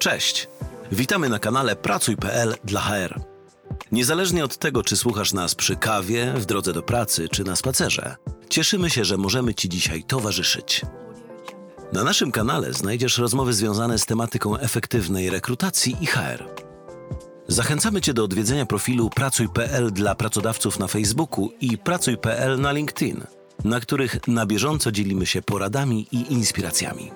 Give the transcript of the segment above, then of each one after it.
Cześć! Witamy na kanale Pracuj.pl dla HR. Niezależnie od tego, czy słuchasz nas przy kawie, w drodze do pracy, czy na spacerze, cieszymy się, że możemy Ci dzisiaj towarzyszyć. Na naszym kanale znajdziesz rozmowy związane z tematyką efektywnej rekrutacji i HR. Zachęcamy Cię do odwiedzenia profilu Pracuj.pl dla pracodawców na Facebooku i Pracuj.pl na LinkedIn, na których na bieżąco dzielimy się poradami i inspiracjami.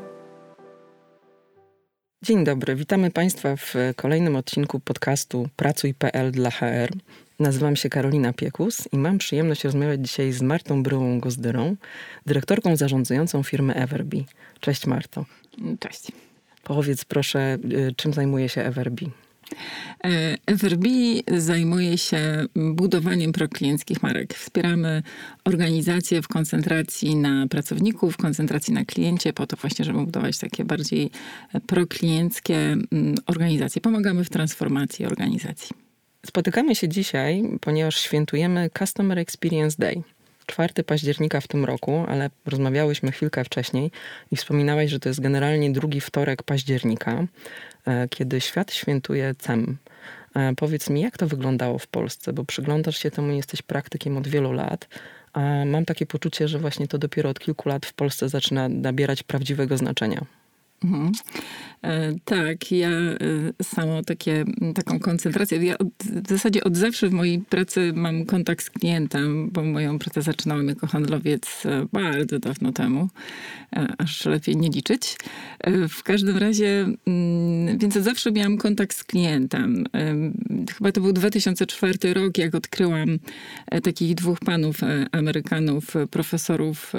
Dzień dobry, witamy Państwa w kolejnym odcinku podcastu Pracuj.pl dla HR. Nazywam się Karolina Piekus i mam przyjemność rozmawiać dzisiaj z Martą Bryłą-Gozdyrą, dyrektorką zarządzającą firmy Everbee. Cześć Marto. Cześć. Powiedz proszę, czym zajmuje się Everbee? Everbee zajmuje się budowaniem proklienckich marek. Wspieramy organizacje w koncentracji na pracowników, w koncentracji na kliencie, po to właśnie, żeby budować takie bardziej proklienckie organizacje. Pomagamy w transformacji organizacji. Spotykamy się dzisiaj, ponieważ świętujemy Customer Experience Day. 4 października w tym roku, ale rozmawiałyśmy chwilkę wcześniej i wspominałaś, że to jest generalnie drugi wtorek października, kiedy świat świętuje CEM. Powiedz mi, jak to wyglądało w Polsce, bo przyglądasz się temu, jesteś praktykiem od wielu lat, a mam takie poczucie, że właśnie to dopiero od kilku lat w Polsce zaczyna nabierać prawdziwego znaczenia. Mhm. Tak, ja samo taką koncentrację, ja w zasadzie od zawsze w mojej pracy mam kontakt z klientem, bo moją pracę zaczynałam jako handlowiec bardzo dawno temu, aż lepiej nie liczyć. W każdym razie, więc od zawsze miałam kontakt z klientem. Chyba to był 2004 rok, jak odkryłam takich dwóch panów Amerykanów, profesorów,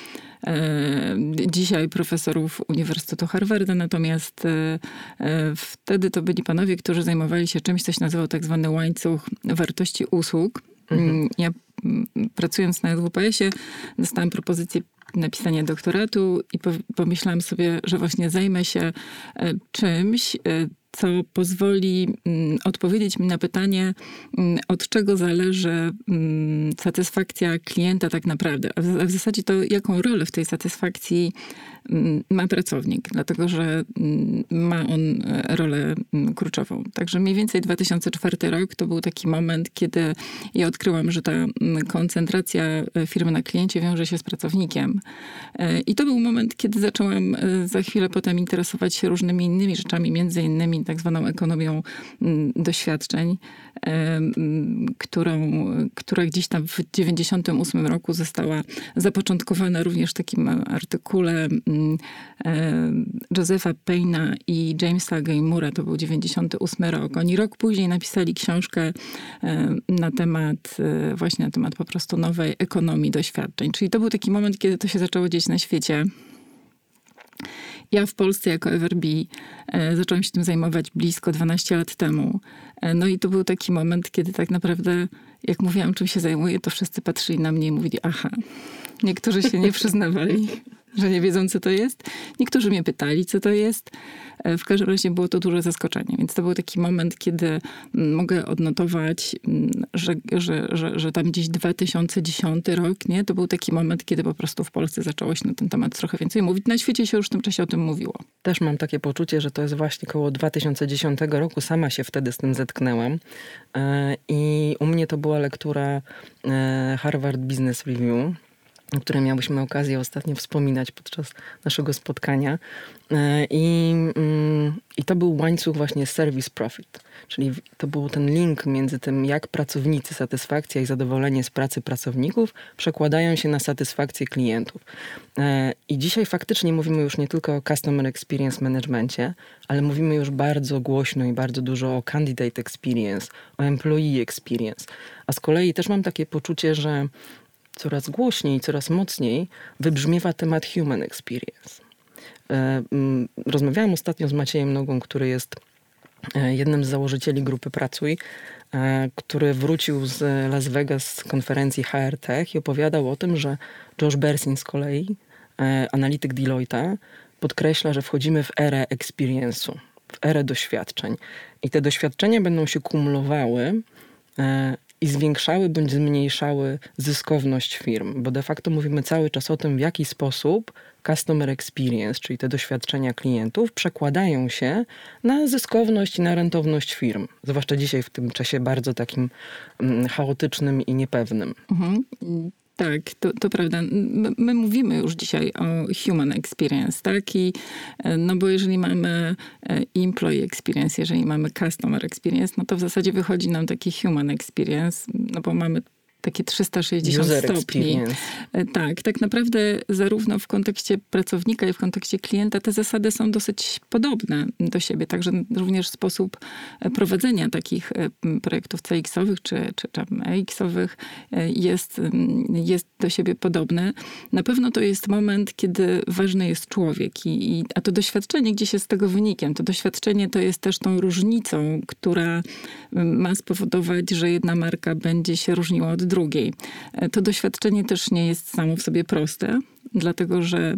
dzisiaj profesorów Uniwersytetu Harvarda, natomiast wtedy to byli panowie, którzy zajmowali się czymś, co się nazywał tak zwany łańcuch wartości usług. Ja pracując na WPS-ie dostałam propozycję napisania doktoratu i pomyślałam sobie, że właśnie zajmę się czymś, co pozwoli odpowiedzieć mi na pytanie, od czego zależy satysfakcja klienta tak naprawdę. A w zasadzie to, jaką rolę w tej satysfakcji ma pracownik, dlatego że ma on rolę kluczową. Także mniej więcej 2004 rok to był taki moment, kiedy ja odkryłam, że ta koncentracja firmy na kliencie wiąże się z pracownikiem. I to był moment, kiedy zaczęłam za chwilę potem interesować się różnymi innymi rzeczami, między innymi tak zwaną ekonomią doświadczeń, która gdzieś tam w 98 roku została zapoczątkowana również w takim artykule Josepha Payna i Jamesa Gaymura. To był 98 rok. Oni rok później napisali książkę na temat po prostu nowej ekonomii doświadczeń. Czyli to był taki moment, kiedy to się zaczęło dziać na świecie. Ja w Polsce jako Everbee zaczęłam się tym zajmować blisko 12 lat temu. No i to był taki moment, kiedy tak naprawdę, jak mówiłam, czym się zajmuję, to wszyscy patrzyli na mnie i mówili, aha. Niektórzy się nie przyznawali, że nie wiedzą, co to jest. Niektórzy mnie pytali, co to jest. W każdym razie było to duże zaskoczenie. Więc to był taki moment, kiedy mogę odnotować, że tam gdzieś 2010 rok, nie? To był taki moment, kiedy po prostu w Polsce zaczęło się na ten temat trochę więcej mówić. Na świecie się już w tym czasie o tym mówiło. Też mam takie poczucie, że to jest właśnie koło 2010 roku. Sama się wtedy z tym zetknęłam. I u mnie to była lektura Harvard Business Review, o której miałyśmy okazję ostatnio wspominać podczas naszego spotkania. I to był łańcuch właśnie service profit. Czyli to był ten link między tym, jak pracownicy, satysfakcja i zadowolenie z pracy pracowników przekładają się na satysfakcję klientów. I dzisiaj faktycznie mówimy już nie tylko o Customer Experience Managemencie, ale mówimy już bardzo głośno i bardzo dużo o Candidate Experience, o Employee Experience. A z kolei też mam takie poczucie, że coraz głośniej, coraz mocniej wybrzmiewa temat Human Experience. Rozmawiałam ostatnio z Maciejem Nogą, który jest jednym z założycieli grupy Pracuj, który wrócił z Las Vegas z konferencji HR Tech i opowiadał o tym, że Josh Bersin z kolei, analityk Deloitte'a, podkreśla, że wchodzimy w erę experience'u, w erę doświadczeń. I te doświadczenia będą się kumulowały i zwiększały bądź zmniejszały zyskowność firm, bo de facto mówimy cały czas o tym, w jaki sposób customer experience, czyli te doświadczenia klientów, przekładają się na zyskowność i na rentowność firm. Zwłaszcza dzisiaj w tym czasie bardzo takim chaotycznym i niepewnym. Mhm. Tak, to prawda. My mówimy już dzisiaj o human experience, tak? No bo jeżeli mamy employee experience, jeżeli mamy customer experience, no to w zasadzie wychodzi nam taki human experience, no bo mamy takie 360 User stopni. experience. Tak naprawdę zarówno w kontekście pracownika i w kontekście klienta te zasady są dosyć podobne do siebie. Także również sposób prowadzenia takich projektów CX-owych czy tam EX-owych jest do siebie podobny. Na pewno to jest moment, kiedy ważny jest człowiek. A to doświadczenie gdzieś jest tego wynikiem. To doświadczenie to jest też tą różnicą, która ma spowodować, że jedna marka będzie się różniła od drugiej. To doświadczenie też nie jest samo w sobie proste, dlatego że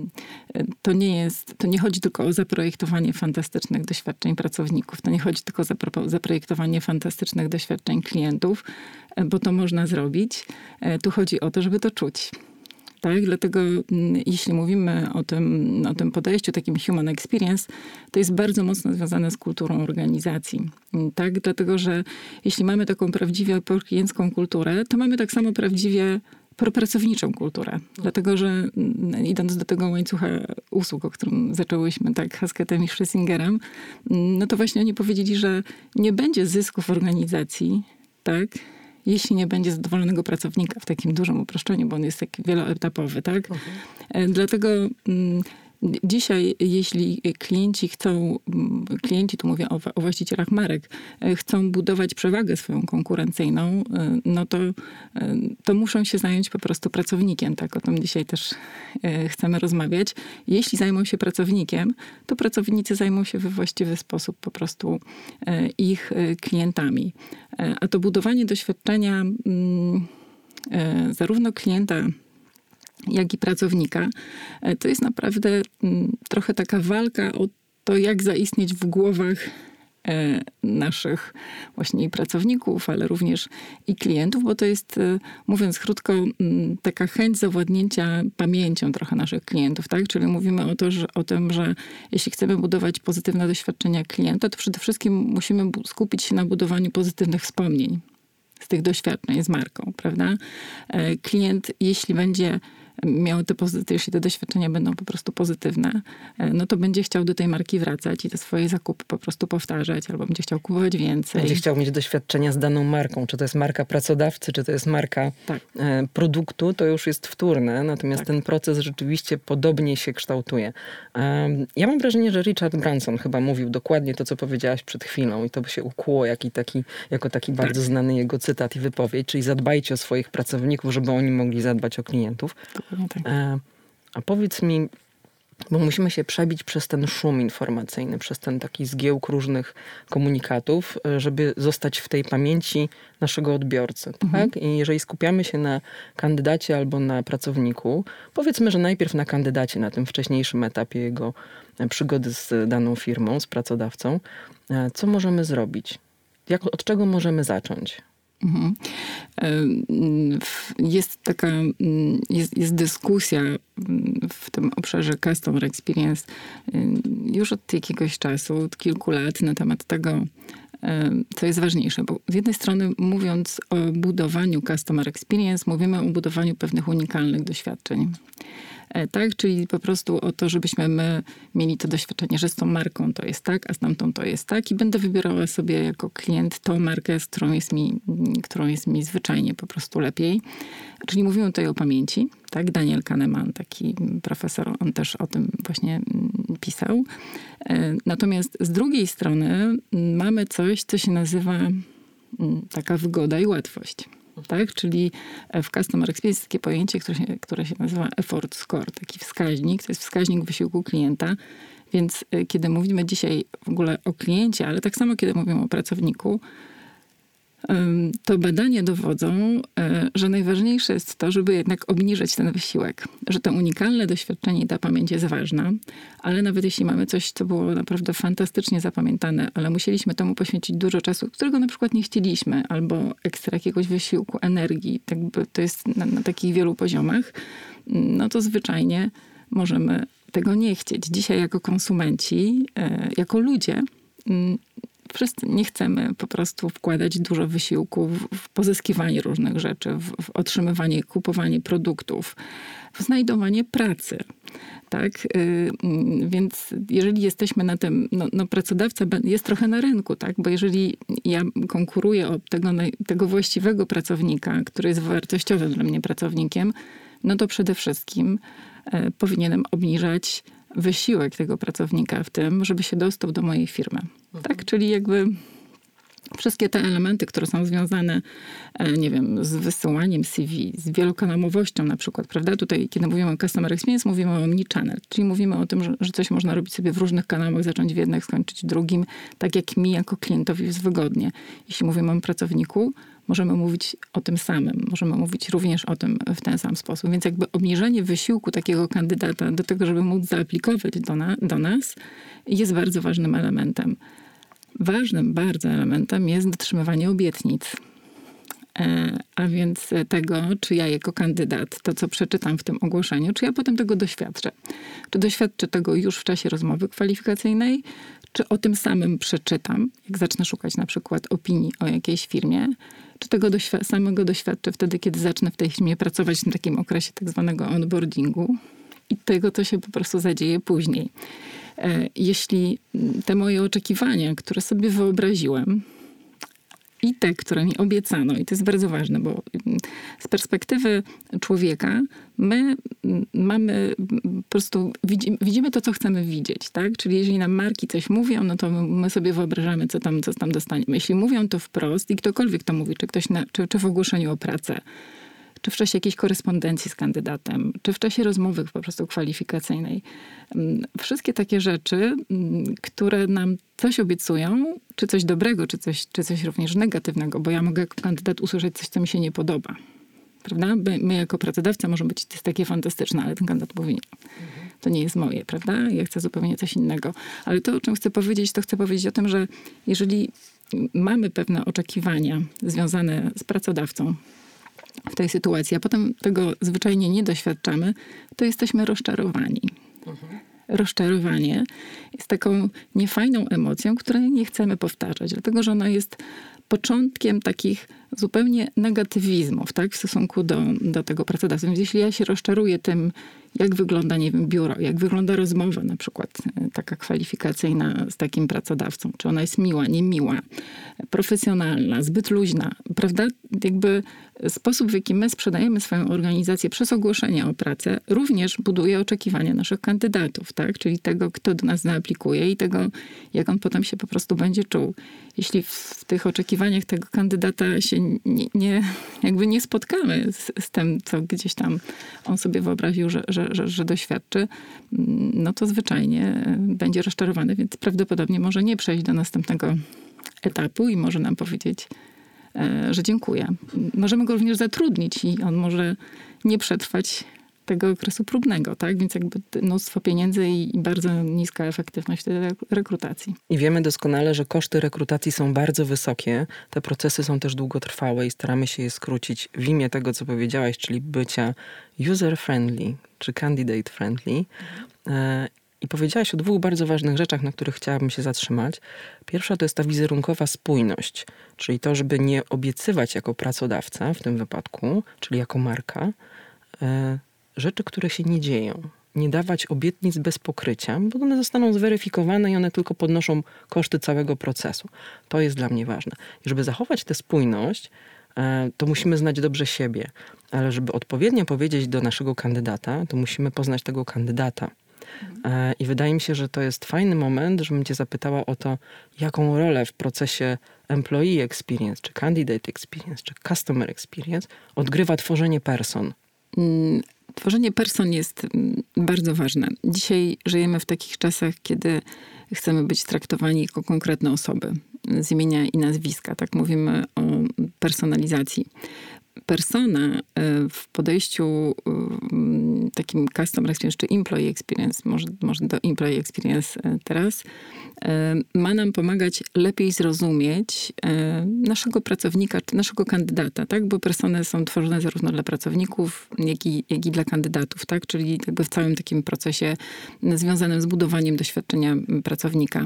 to nie chodzi tylko o zaprojektowanie fantastycznych doświadczeń pracowników, to nie chodzi tylko o zaprojektowanie fantastycznych doświadczeń klientów, bo to można zrobić. Tu chodzi o to, żeby to czuć. Tak? Dlatego jeśli mówimy o tym podejściu, takim human experience, to jest bardzo mocno związane z kulturą organizacji. Tak? Dlatego, że jeśli mamy taką prawdziwie prokliencką kulturę, to mamy tak samo prawdziwie propracowniczą kulturę. Dlatego, że idąc do tego łańcucha usług, o którym zaczęłyśmy, tak, Hasketem i Schlesingerem, no to właśnie oni powiedzieli, że nie będzie zysku w organizacji, tak, jeśli nie będzie zadowolonego pracownika w takim dużym uproszczeniu, bo on jest taki wieloetapowy, tak? Dlatego dzisiaj, jeśli klienci, tu mówię o właścicielach marek, chcą budować przewagę swoją konkurencyjną, no to muszą się zająć po prostu pracownikiem, tak? O tym dzisiaj też chcemy rozmawiać. Jeśli zajmą się pracownikiem, to pracownicy zajmą się we właściwy sposób po prostu ich klientami. A to budowanie doświadczenia zarówno klienta, jak i pracownika, to jest naprawdę trochę taka walka o to, jak zaistnieć w głowach naszych właśnie i pracowników, ale również i klientów, bo to jest, mówiąc krótko, taka chęć zawładnięcia pamięcią trochę naszych klientów, tak? Czyli mówimy o tym, że jeśli chcemy budować pozytywne doświadczenia klienta, to przede wszystkim musimy skupić się na budowaniu pozytywnych wspomnień z tych doświadczeń z marką, prawda? Klient, jeśli będzie miał jeśli te doświadczenia będą po prostu pozytywne, no to będzie chciał do tej marki wracać i te swoje zakupy po prostu powtarzać, albo będzie chciał kupować więcej. Będzie chciał mieć doświadczenia z daną marką. Czy to jest marka pracodawcy, czy to jest marka produktu, to już jest wtórne. Natomiast ten proces rzeczywiście podobnie się kształtuje. Ja mam wrażenie, że Richard Branson chyba mówił dokładnie to, co powiedziałaś przed chwilą i to by się ukuło jako taki bardzo znany jego cytat i wypowiedź, czyli zadbajcie o swoich pracowników, żeby oni mogli zadbać o klientów. Tak. A powiedz mi, bo musimy się przebić przez ten szum informacyjny, przez ten taki zgiełk różnych komunikatów, żeby zostać w tej pamięci naszego odbiorcy. Tak? I jeżeli skupiamy się na kandydacie albo na pracowniku, powiedzmy, że najpierw na kandydacie, na tym wcześniejszym etapie jego przygody z daną firmą, z pracodawcą, co możemy zrobić? Od czego możemy zacząć? Jest dyskusja w tym obszarze Customer Experience już od jakiegoś czasu, od kilku lat na temat tego, co jest ważniejsze. Bo z jednej strony mówiąc o budowaniu Customer Experience, mówimy o budowaniu pewnych unikalnych doświadczeń. Tak, czyli po prostu o to, żebyśmy my mieli to doświadczenie, że z tą marką to jest tak, a z tamtą to jest tak i będę wybierała sobie jako klient tą markę, z którą jest mi zwyczajnie po prostu lepiej. Czyli mówimy tutaj o pamięci, tak? Daniel Kahneman, taki profesor, on też o tym właśnie pisał. Natomiast z drugiej strony mamy coś, co się nazywa taka wygoda i łatwość. Tak? Czyli w Customer Experience jest takie pojęcie, które się nazywa effort score, taki wskaźnik, to jest wskaźnik wysiłku klienta. Więc kiedy mówimy dzisiaj w ogóle o kliencie, ale tak samo kiedy mówimy o pracowniku, To badania dowodzą, że najważniejsze jest to, żeby jednak obniżyć ten wysiłek. Że to unikalne doświadczenie i ta pamięć jest ważna, ale nawet jeśli mamy coś, co było naprawdę fantastycznie zapamiętane, ale musieliśmy temu poświęcić dużo czasu, którego na przykład nie chcieliśmy, albo ekstra jakiegoś wysiłku, energii, jakby to jest na takich wielu poziomach, no to zwyczajnie możemy tego nie chcieć. Dzisiaj jako konsumenci, jako ludzie, wszyscy nie chcemy po prostu wkładać dużo wysiłku w pozyskiwanie różnych rzeczy, w otrzymywanie, kupowanie produktów, w znajdowanie pracy. Tak? Więc jeżeli jesteśmy na tym, pracodawca jest trochę na rynku, tak? Bo jeżeli ja konkuruję o tego właściwego pracownika, który jest wartościowym dla mnie pracownikiem, no to przede wszystkim powinienem obniżać wysiłek tego pracownika w tym, żeby się dostał do mojej firmy. Tak? Czyli jakby wszystkie te elementy, które są związane, nie wiem, z wysyłaniem CV, z wielokanałowością na przykład, prawda? Tutaj, kiedy mówimy o Customer Experience, mówimy o omnichannel, czyli mówimy o tym, że coś można robić sobie w różnych kanałach, zacząć w jednym, skończyć w drugim, tak jak mi jako klientowi jest wygodnie. Jeśli mówimy o pracowniku, możemy mówić o tym samym. Możemy mówić również o tym w ten sam sposób. Więc jakby obniżenie wysiłku takiego kandydata do tego, żeby móc zaaplikować do nas, jest bardzo ważnym elementem. Ważnym bardzo elementem jest dotrzymywanie obietnic. A więc tego, czy ja jako kandydat, to co przeczytam w tym ogłoszeniu, czy ja potem tego doświadczę. Czy doświadczę tego już w czasie rozmowy kwalifikacyjnej, czy o tym samym przeczytam, jak zacznę szukać na przykład opinii o jakiejś firmie, czy tego samego doświadczę wtedy, kiedy zacznę w tej firmie pracować w tym takim okresie tak zwanego onboardingu i tego, co się po prostu zadzieje później. Jeśli te moje oczekiwania, które sobie wyobraziłem i te, które mi obiecano, i to jest bardzo ważne, bo z perspektywy człowieka my mamy po prostu, widzimy to, co chcemy widzieć, tak? Czyli jeżeli nam marki coś mówią, no to my sobie wyobrażamy, co tam dostaniemy. Jeśli mówią to wprost i ktokolwiek to mówi, czy w ogłoszeniu o pracę, czy w czasie jakiejś korespondencji z kandydatem, czy w czasie rozmowy po prostu kwalifikacyjnej. Wszystkie takie rzeczy, które nam coś obiecują, czy coś dobrego, czy coś również negatywnego, bo ja mogę jako kandydat usłyszeć coś, co mi się nie podoba. Prawda? My jako pracodawca może być, to jest takie fantastyczne, ale ten kandydat mówi nie. To nie jest moje, prawda? Ja chcę zupełnie coś innego. Ale to, o czym chcę powiedzieć, to chcę powiedzieć o tym, że jeżeli mamy pewne oczekiwania związane z pracodawcą, w tej sytuacji, a potem tego zwyczajnie nie doświadczamy, to jesteśmy rozczarowani. Rozczarowanie jest taką niefajną emocją, której nie chcemy powtarzać, dlatego że ona jest początkiem takich zupełnie negatywizmów, tak, w stosunku do tego pracodawcy. Więc jeśli ja się rozczaruję tym, jak wygląda, nie wiem, biuro, jak wygląda rozmowa na przykład taka kwalifikacyjna z takim pracodawcą, czy ona jest miła, niemiła, profesjonalna, zbyt luźna, prawda? Jakby sposób, w jaki my sprzedajemy swoją organizację przez ogłoszenie o pracę, również buduje oczekiwania naszych kandydatów, tak? Czyli tego, kto do nas zaaplikuje i tego, jak on potem się po prostu będzie czuł. Jeśli w tych oczekiwaniach tego kandydata się nie spotkamy z tym, co gdzieś tam on sobie wyobraził, że doświadczy, no to zwyczajnie będzie rozczarowany, więc prawdopodobnie może nie przejść do następnego etapu i może nam powiedzieć, że dziękuję. Możemy go również zatrudnić i on może nie przetrwać tego okresu próbnego, tak? Więc jakby mnóstwo pieniędzy i bardzo niska efektywność tej rekrutacji. I wiemy doskonale, że koszty rekrutacji są bardzo wysokie. Te procesy są też długotrwałe i staramy się je skrócić w imię tego, co powiedziałaś, czyli bycia user-friendly czy candidate-friendly. I powiedziałaś o dwóch bardzo ważnych rzeczach, na których chciałabym się zatrzymać. Pierwsza to jest ta wizerunkowa spójność, czyli to, żeby nie obiecywać jako pracodawca w tym wypadku, czyli jako marka, rzeczy, które się nie dzieją. Nie dawać obietnic bez pokrycia, bo one zostaną zweryfikowane i one tylko podnoszą koszty całego procesu. To jest dla mnie ważne. I żeby zachować tę spójność, to musimy znać dobrze siebie. Ale żeby odpowiednio powiedzieć do naszego kandydata, to musimy poznać tego kandydata. I wydaje mi się, że to jest fajny moment, żebym cię zapytała o to, jaką rolę w procesie employee experience, czy candidate experience, czy customer experience odgrywa tworzenie person. Tworzenie person jest bardzo ważne. Dzisiaj żyjemy w takich czasach, kiedy chcemy być traktowani jako konkretne osoby. z imienia i nazwiska. Tak mówimy o personalizacji. Persona w podejściu takim customer experience czy employee experience, może do employee experience teraz, ma nam pomagać lepiej zrozumieć naszego pracownika czy naszego kandydata, tak? Bo persony są tworzone zarówno dla pracowników, jak i dla kandydatów, tak? Czyli jakby w całym takim procesie związanym z budowaniem doświadczenia pracownika.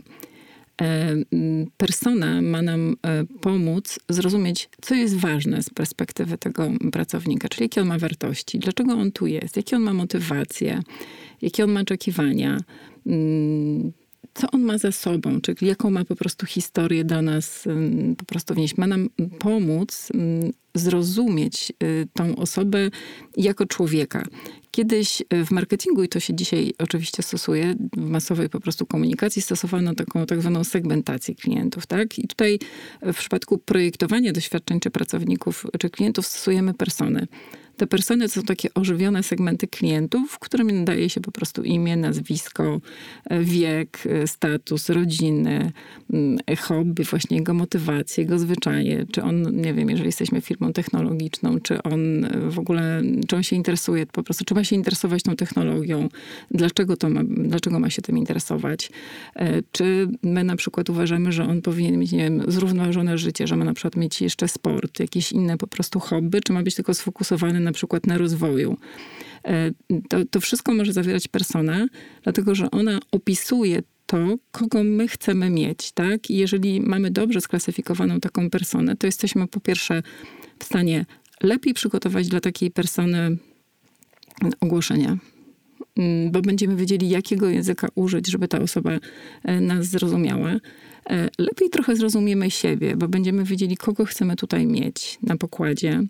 Persona ma nam pomóc zrozumieć, co jest ważne z perspektywy tego pracownika, czyli jakie on ma wartości, dlaczego on tu jest, jakie on ma motywacje, jakie on ma oczekiwania, co on ma za sobą, czyli jaką ma po prostu historię do nas po prostu wnieść. Ma nam pomóc zrozumieć tą osobę jako człowieka. Kiedyś w marketingu, i to się dzisiaj oczywiście stosuje, w masowej po prostu komunikacji stosowano taką tak zwaną segmentację klientów, tak? I tutaj w przypadku projektowania doświadczeń czy pracowników, czy klientów stosujemy persony. Te persony to są takie ożywione segmenty klientów, którym nadaje się po prostu imię, nazwisko, wiek, status rodzinny, hobby, właśnie jego motywacje, jego zwyczaje. Czy on, nie wiem, jeżeli jesteśmy firmą technologiczną, czy on w ogóle, czy on się interesuje, po prostu, czy ma się interesować tą technologią, dlaczego ma się tym interesować. Czy my na przykład uważamy, że on powinien mieć, nie wiem, zrównoważone życie, że ma na przykład mieć jeszcze sport, jakieś inne po prostu hobby, czy ma być tylko sfokusowany na przykład na rozwoju. To wszystko może zawierać persona, dlatego że ona opisuje to, kogo my chcemy mieć, tak? I jeżeli mamy dobrze sklasyfikowaną taką personę, to jesteśmy po pierwsze w stanie lepiej przygotować dla takiej persony ogłoszenia, bo będziemy wiedzieli, jakiego języka użyć, żeby ta osoba nas zrozumiała. Lepiej trochę zrozumiemy siebie, bo będziemy wiedzieli, kogo chcemy tutaj mieć na pokładzie.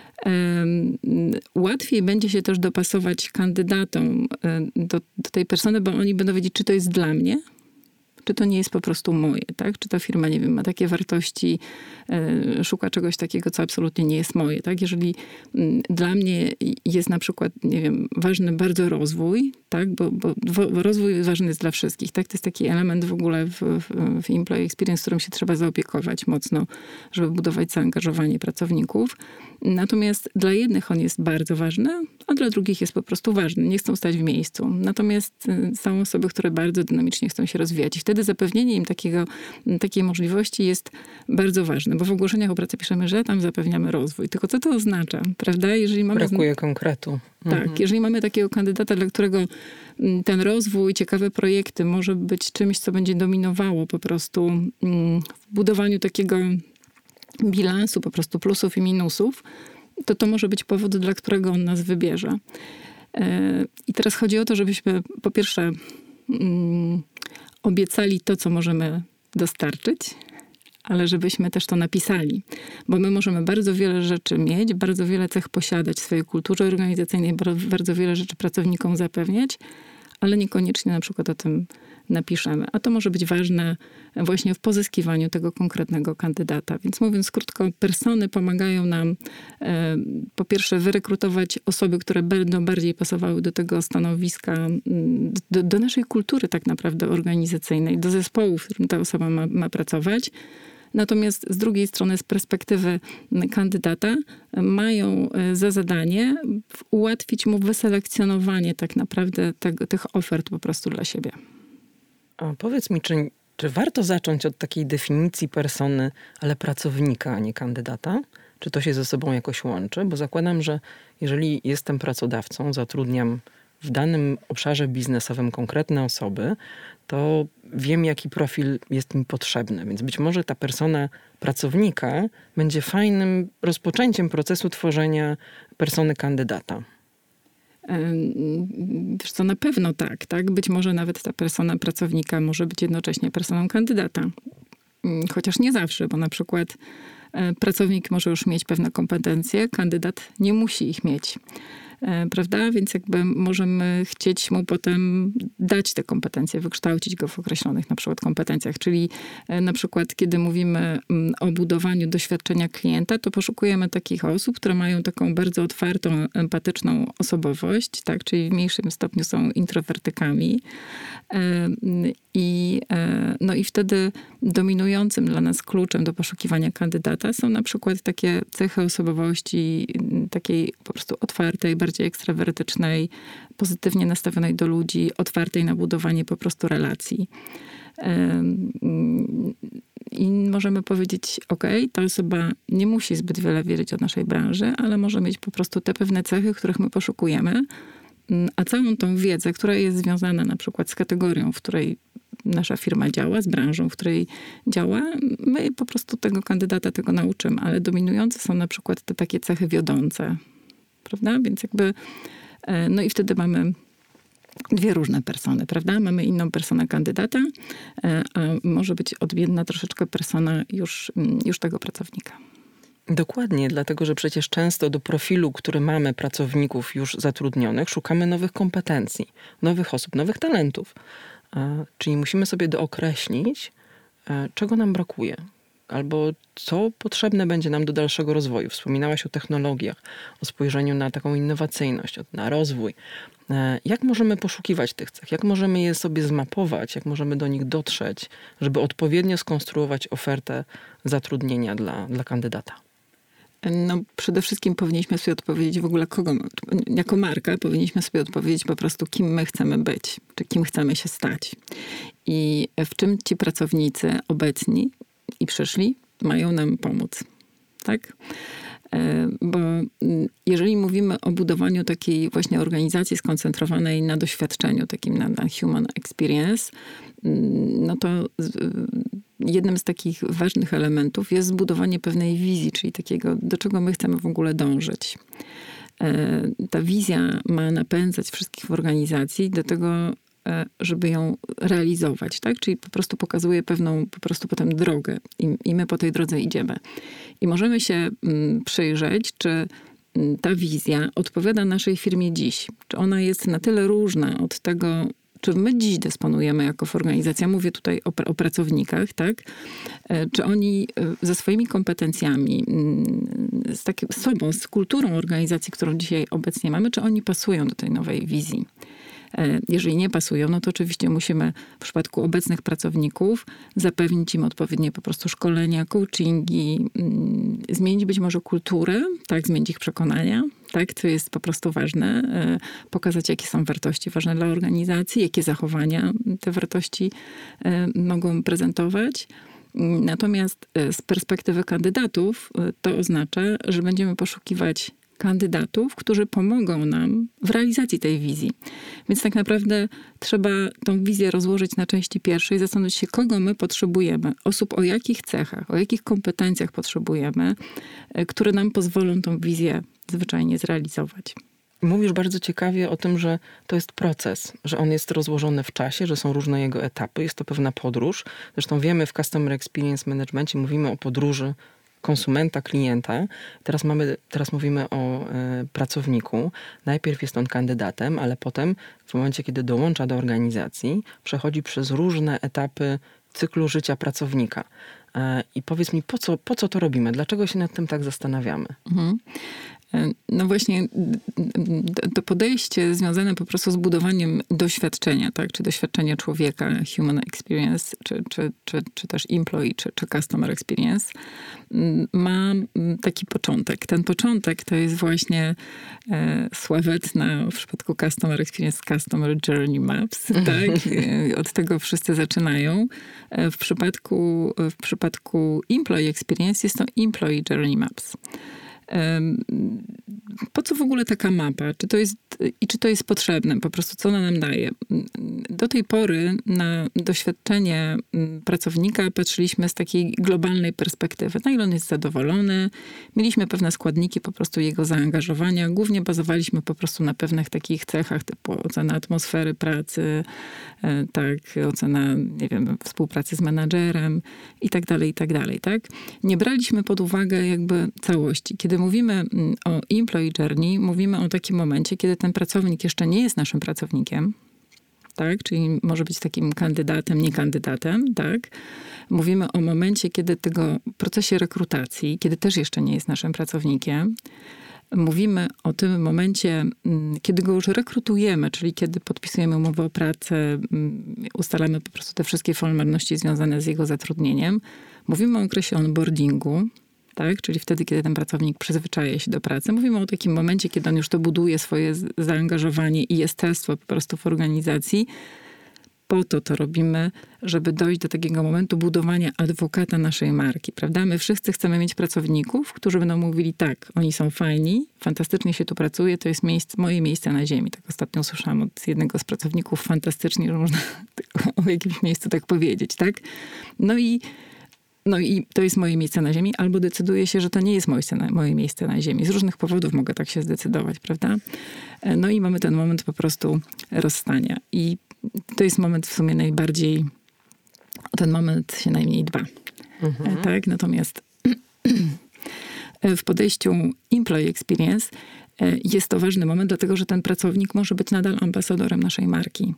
Łatwiej będzie się też dopasować kandydatom do tej persony, bo oni będą wiedzieć, czy to jest dla mnie, czy to nie jest po prostu moje, tak? Czy ta firma, nie wiem, ma takie wartości, szuka czegoś takiego, co absolutnie nie jest moje, tak? Jeżeli dla mnie jest na przykład, nie wiem, ważny bardzo rozwój, tak? Bo rozwój ważny jest dla wszystkich, tak? To jest taki element w ogóle w employee experience, którym się trzeba zaopiekować mocno, żeby budować zaangażowanie pracowników. Natomiast dla jednych on jest bardzo ważny, a dla drugich jest po prostu ważny. Nie chcą stać w miejscu. Natomiast są osoby, które bardzo dynamicznie chcą się rozwijać. I wtedy zapewnienie im takiej możliwości jest bardzo ważne, bo w ogłoszeniach o pracę piszemy, że tam zapewniamy rozwój. Tylko co to oznacza, prawda? Jeżeli mamy Brakuje konkretu. Tak, jeżeli mamy takiego kandydata, dla którego ten rozwój, ciekawe projekty może być czymś, co będzie dominowało po prostu w budowaniu takiego bilansu, po prostu plusów i minusów, to może być powód, dla którego on nas wybierze. I teraz chodzi o to, żebyśmy po pierwsze obiecali to, co możemy dostarczyć, ale żebyśmy też to napisali. Bo my możemy bardzo wiele rzeczy mieć, bardzo wiele cech posiadać w swojej kulturze organizacyjnej, bardzo wiele rzeczy pracownikom zapewniać, ale niekoniecznie na przykład o tym napiszemy. A to może być ważne właśnie w pozyskiwaniu tego konkretnego kandydata. Więc mówiąc krótko, persony pomagają nam po pierwsze wyrekrutować osoby, które będą bardziej pasowały do tego stanowiska, do naszej kultury tak naprawdę organizacyjnej, do zespołu, w którym ta osoba ma pracować. Natomiast z drugiej strony, z perspektywy kandydata, mają za zadanie ułatwić mu wyselekcjonowanie tak naprawdę tych ofert po prostu dla siebie. A powiedz mi, czy warto zacząć od takiej definicji persony, ale pracownika, a nie kandydata? Czy to się ze sobą jakoś łączy? Bo zakładam, że jeżeli jestem pracodawcą, zatrudniam w danym obszarze biznesowym konkretne osoby, to wiem, jaki profil jest mi potrzebny. Więc być może ta persona pracownika będzie fajnym rozpoczęciem procesu tworzenia persony kandydata. Wiesz co, na pewno tak. Być może nawet ta persona pracownika może być jednocześnie personą kandydata. Chociaż nie zawsze, bo na przykład pracownik może już mieć pewne kompetencje, kandydat nie musi ich mieć. prawda? Więc jakby możemy chcieć mu potem dać te kompetencje, wykształcić go w określonych na przykład kompetencjach. Czyli na przykład, kiedy mówimy o budowaniu doświadczenia klienta, to poszukujemy takich osób, które mają taką bardzo otwartą, empatyczną osobowość, tak? Czyli w mniejszym stopniu są introwertykami. No i wtedy dominującym dla nas kluczem do poszukiwania kandydata są na przykład takie cechy osobowości takiej po prostu otwartej, bardziej ekstrawertycznej, pozytywnie nastawionej do ludzi, otwartej na budowanie po prostu relacji. I możemy powiedzieć, ta osoba nie musi zbyt wiele wiedzieć o naszej branży, ale może mieć po prostu te pewne cechy, których my poszukujemy, a całą tą wiedzę, która jest związana na przykład z kategorią, w której nasza firma działa, z branżą, w której działa, my po prostu tego kandydata tego nauczymy, ale dominujące są na przykład te takie cechy wiodące, prawda? Więc jakby, no i wtedy mamy dwie różne persony, prawda? Mamy inną personę kandydata, a może być odmienna troszeczkę persona już tego pracownika. Dokładnie, dlatego że przecież często do profilu, który mamy pracowników już zatrudnionych, szukamy nowych kompetencji, nowych osób, nowych talentów. Czyli musimy sobie dookreślić, czego nam brakuje, albo co potrzebne będzie nam do dalszego rozwoju. Wspominałaś o technologiach, o spojrzeniu na taką innowacyjność, na rozwój. Jak możemy poszukiwać tych cech? Jak możemy je sobie zmapować? Jak możemy do nich dotrzeć, żeby odpowiednio skonstruować ofertę zatrudnienia dla kandydata? No, przede wszystkim powinniśmy sobie odpowiedzieć w ogóle jako marka powinniśmy sobie odpowiedzieć po prostu, kim my chcemy być, czy kim chcemy się stać. I w czym ci pracownicy obecni i przyszli mają nam pomóc, tak? Bo jeżeli mówimy o budowaniu takiej właśnie organizacji skoncentrowanej na doświadczeniu, takim na human experience, no to jednym z takich ważnych elementów jest zbudowanie pewnej wizji, czyli takiego, do czego my chcemy w ogóle dążyć. Ta wizja ma napędzać wszystkich w organizacji do tego, żeby ją realizować, tak? Czyli po prostu pokazuje pewną po prostu potem drogę i my po tej drodze idziemy. I możemy się przyjrzeć, czy ta wizja odpowiada naszej firmie dziś. Czy ona jest na tyle różna od tego, czym my dziś dysponujemy jako organizacja. Mówię tutaj o pracownikach, tak? Czy oni ze swoimi kompetencjami, z kulturą organizacji, którą dzisiaj obecnie mamy, czy oni pasują do tej nowej wizji? Jeżeli nie pasują, no to oczywiście musimy w przypadku obecnych pracowników zapewnić im odpowiednie po prostu szkolenia, coachingi, zmienić być może kulturę, tak, zmienić ich przekonania, tak, co jest po prostu ważne, pokazać, jakie są wartości ważne dla organizacji, jakie zachowania te wartości mogą prezentować. Natomiast z perspektywy kandydatów to oznacza, że będziemy poszukiwać kandydatów, którzy pomogą nam w realizacji tej wizji. Więc tak naprawdę trzeba tą wizję rozłożyć na części pierwszej, zastanowić się, kogo my potrzebujemy, osób o jakich cechach, o jakich kompetencjach potrzebujemy, które nam pozwolą tą wizję zwyczajnie zrealizować. Mówisz bardzo ciekawie o tym, że to jest proces, że on jest rozłożony w czasie, że są różne jego etapy, jest to pewna podróż. Zresztą wiemy, w Customer Experience Managementie mówimy o podróży konsumenta, klienta. Teraz mówimy o pracowniku. Najpierw jest on kandydatem, ale potem w momencie, kiedy dołącza do organizacji, przechodzi przez różne etapy cyklu życia pracownika. I powiedz mi, po co to robimy? Dlaczego się nad tym tak zastanawiamy? No właśnie to podejście związane po prostu z budowaniem doświadczenia, tak? Czy doświadczenia człowieka, human experience, czy też employee, czy customer experience, ma taki początek. Ten początek to jest właśnie sławetna w przypadku customer experience, customer journey maps, tak? Od tego wszyscy zaczynają. W przypadku employee experience jest to employee journey maps. Po co w ogóle taka mapa? Czy to jest potrzebne? Po prostu co ona nam daje? Do tej pory na doświadczenie pracownika patrzyliśmy z takiej globalnej perspektywy. Na ile on jest zadowolony. Mieliśmy pewne składniki po prostu jego zaangażowania. Głównie bazowaliśmy po prostu na pewnych takich cechach typu ocena atmosfery pracy, tak, ocena, nie wiem, współpracy z menadżerem i tak dalej, tak? Nie braliśmy pod uwagę jakby całości. Kiedy Kiedy mówimy o employee journey, mówimy o takim momencie, kiedy ten pracownik jeszcze nie jest naszym pracownikiem, tak? Czyli może być takim kandydatem, nie kandydatem, tak? Mówimy o momencie, kiedy tego procesie rekrutacji, kiedy też jeszcze nie jest naszym pracownikiem. Mówimy o tym momencie, kiedy go już rekrutujemy, czyli kiedy podpisujemy umowę o pracę, ustalamy po prostu te wszystkie formalności związane z jego zatrudnieniem. Mówimy o okresie onboardingu, tak? Czyli wtedy, kiedy ten pracownik przyzwyczaja się do pracy. Mówimy o takim momencie, kiedy on już to buduje swoje zaangażowanie i jestestwo po prostu w organizacji. Po to robimy, żeby dojść do takiego momentu budowania adwokata naszej marki, prawda? My wszyscy chcemy mieć pracowników, którzy będą mówili tak, oni są fajni, fantastycznie się tu pracuje, to jest moje miejsce na ziemi. Tak ostatnio usłyszałam od jednego z pracowników, fantastycznie, że można o jakimś miejscu tak powiedzieć, tak? No i to jest moje miejsce na ziemi, albo decyduję się, że to nie jest moje miejsce na ziemi. Z różnych powodów mogę tak się zdecydować, prawda? No i mamy ten moment po prostu rozstania. I to jest moment w sumie najbardziej, o ten moment się najmniej dba. Tak? Natomiast w podejściu Employee Experience jest to ważny moment, dlatego że ten pracownik może być nadal ambasadorem naszej marki.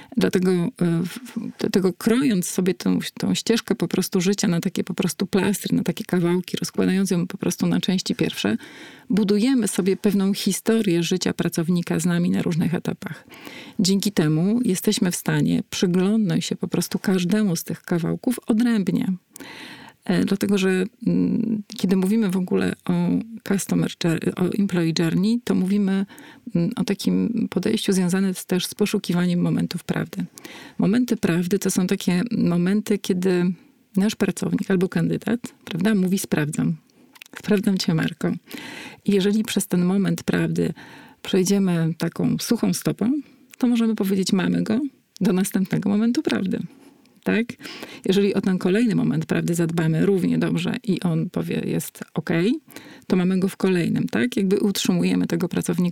Dlatego krojąc sobie tą ścieżkę po prostu życia na takie po prostu plastry, na takie kawałki, rozkładając ją po prostu na części pierwsze, budujemy sobie pewną historię życia pracownika z nami na różnych etapach. Dzięki temu jesteśmy w stanie przyglądnąć się po prostu każdemu z tych kawałków odrębnie. Dlatego, że kiedy mówimy w ogóle o employee journey, to mówimy o takim podejściu związanym też z poszukiwaniem momentów prawdy. Momenty prawdy to są takie momenty, kiedy nasz pracownik albo kandydat, prawda, mówi sprawdzam cię, Marko. I jeżeli przez ten moment prawdy przejdziemy taką suchą stopą, to możemy powiedzieć, mamy go do następnego momentu prawdy. Tak? Jeżeli o ten kolejny moment prawdy zadbamy równie dobrze i on powie, jest okej, to mamy go w kolejnym, tak? Jakby utrzymujemy tego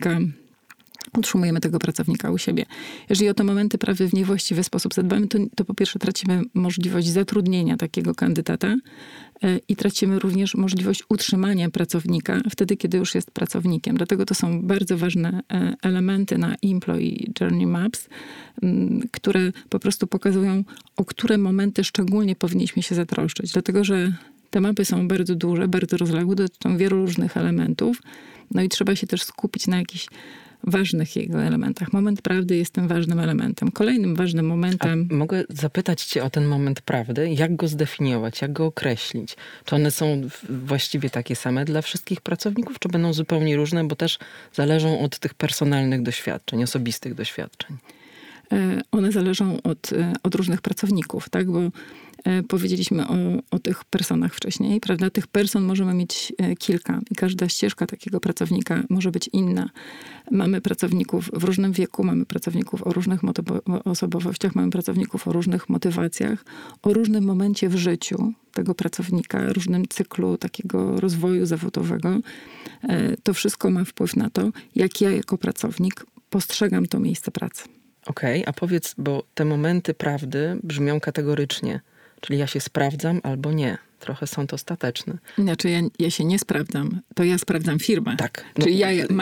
pracownika u siebie. Jeżeli o te momenty prawdy w niewłaściwy sposób zadbamy, to po pierwsze tracimy możliwość zatrudnienia takiego kandydata i tracimy również możliwość utrzymania pracownika wtedy, kiedy już jest pracownikiem. Dlatego to są bardzo ważne elementy na Employee Journey Maps, które po prostu pokazują, o które momenty szczególnie powinniśmy się zatroszczyć. Dlatego, że te mapy są bardzo duże, bardzo rozległe, dotyczą wielu różnych elementów. No i trzeba się też skupić na jakichś ważnych jego elementach. Moment prawdy jest tym ważnym elementem. Kolejnym ważnym momentem... A mogę zapytać cię o ten moment prawdy? Jak go zdefiniować? Jak go określić? Czy one są właściwie takie same dla wszystkich pracowników? Czy będą zupełnie różne? Bo też zależą od tych personalnych doświadczeń, osobistych doświadczeń. One zależą od różnych pracowników, tak? Bo powiedzieliśmy o tych personach wcześniej, prawda? Tych person możemy mieć kilka i każda ścieżka takiego pracownika może być inna. Mamy pracowników w różnym wieku, mamy pracowników o różnych osobowościach, mamy pracowników o różnych motywacjach, o różnym momencie w życiu tego pracownika, różnym cyklu takiego rozwoju zawodowego. To wszystko ma wpływ na to, jak ja jako pracownik postrzegam to miejsce pracy. Okej, a powiedz, bo te momenty prawdy brzmią kategorycznie. Czyli ja się sprawdzam albo nie. Trochę sąd ostateczny. Znaczy ja się nie sprawdzam, to ja sprawdzam firmę. Tak. Czyli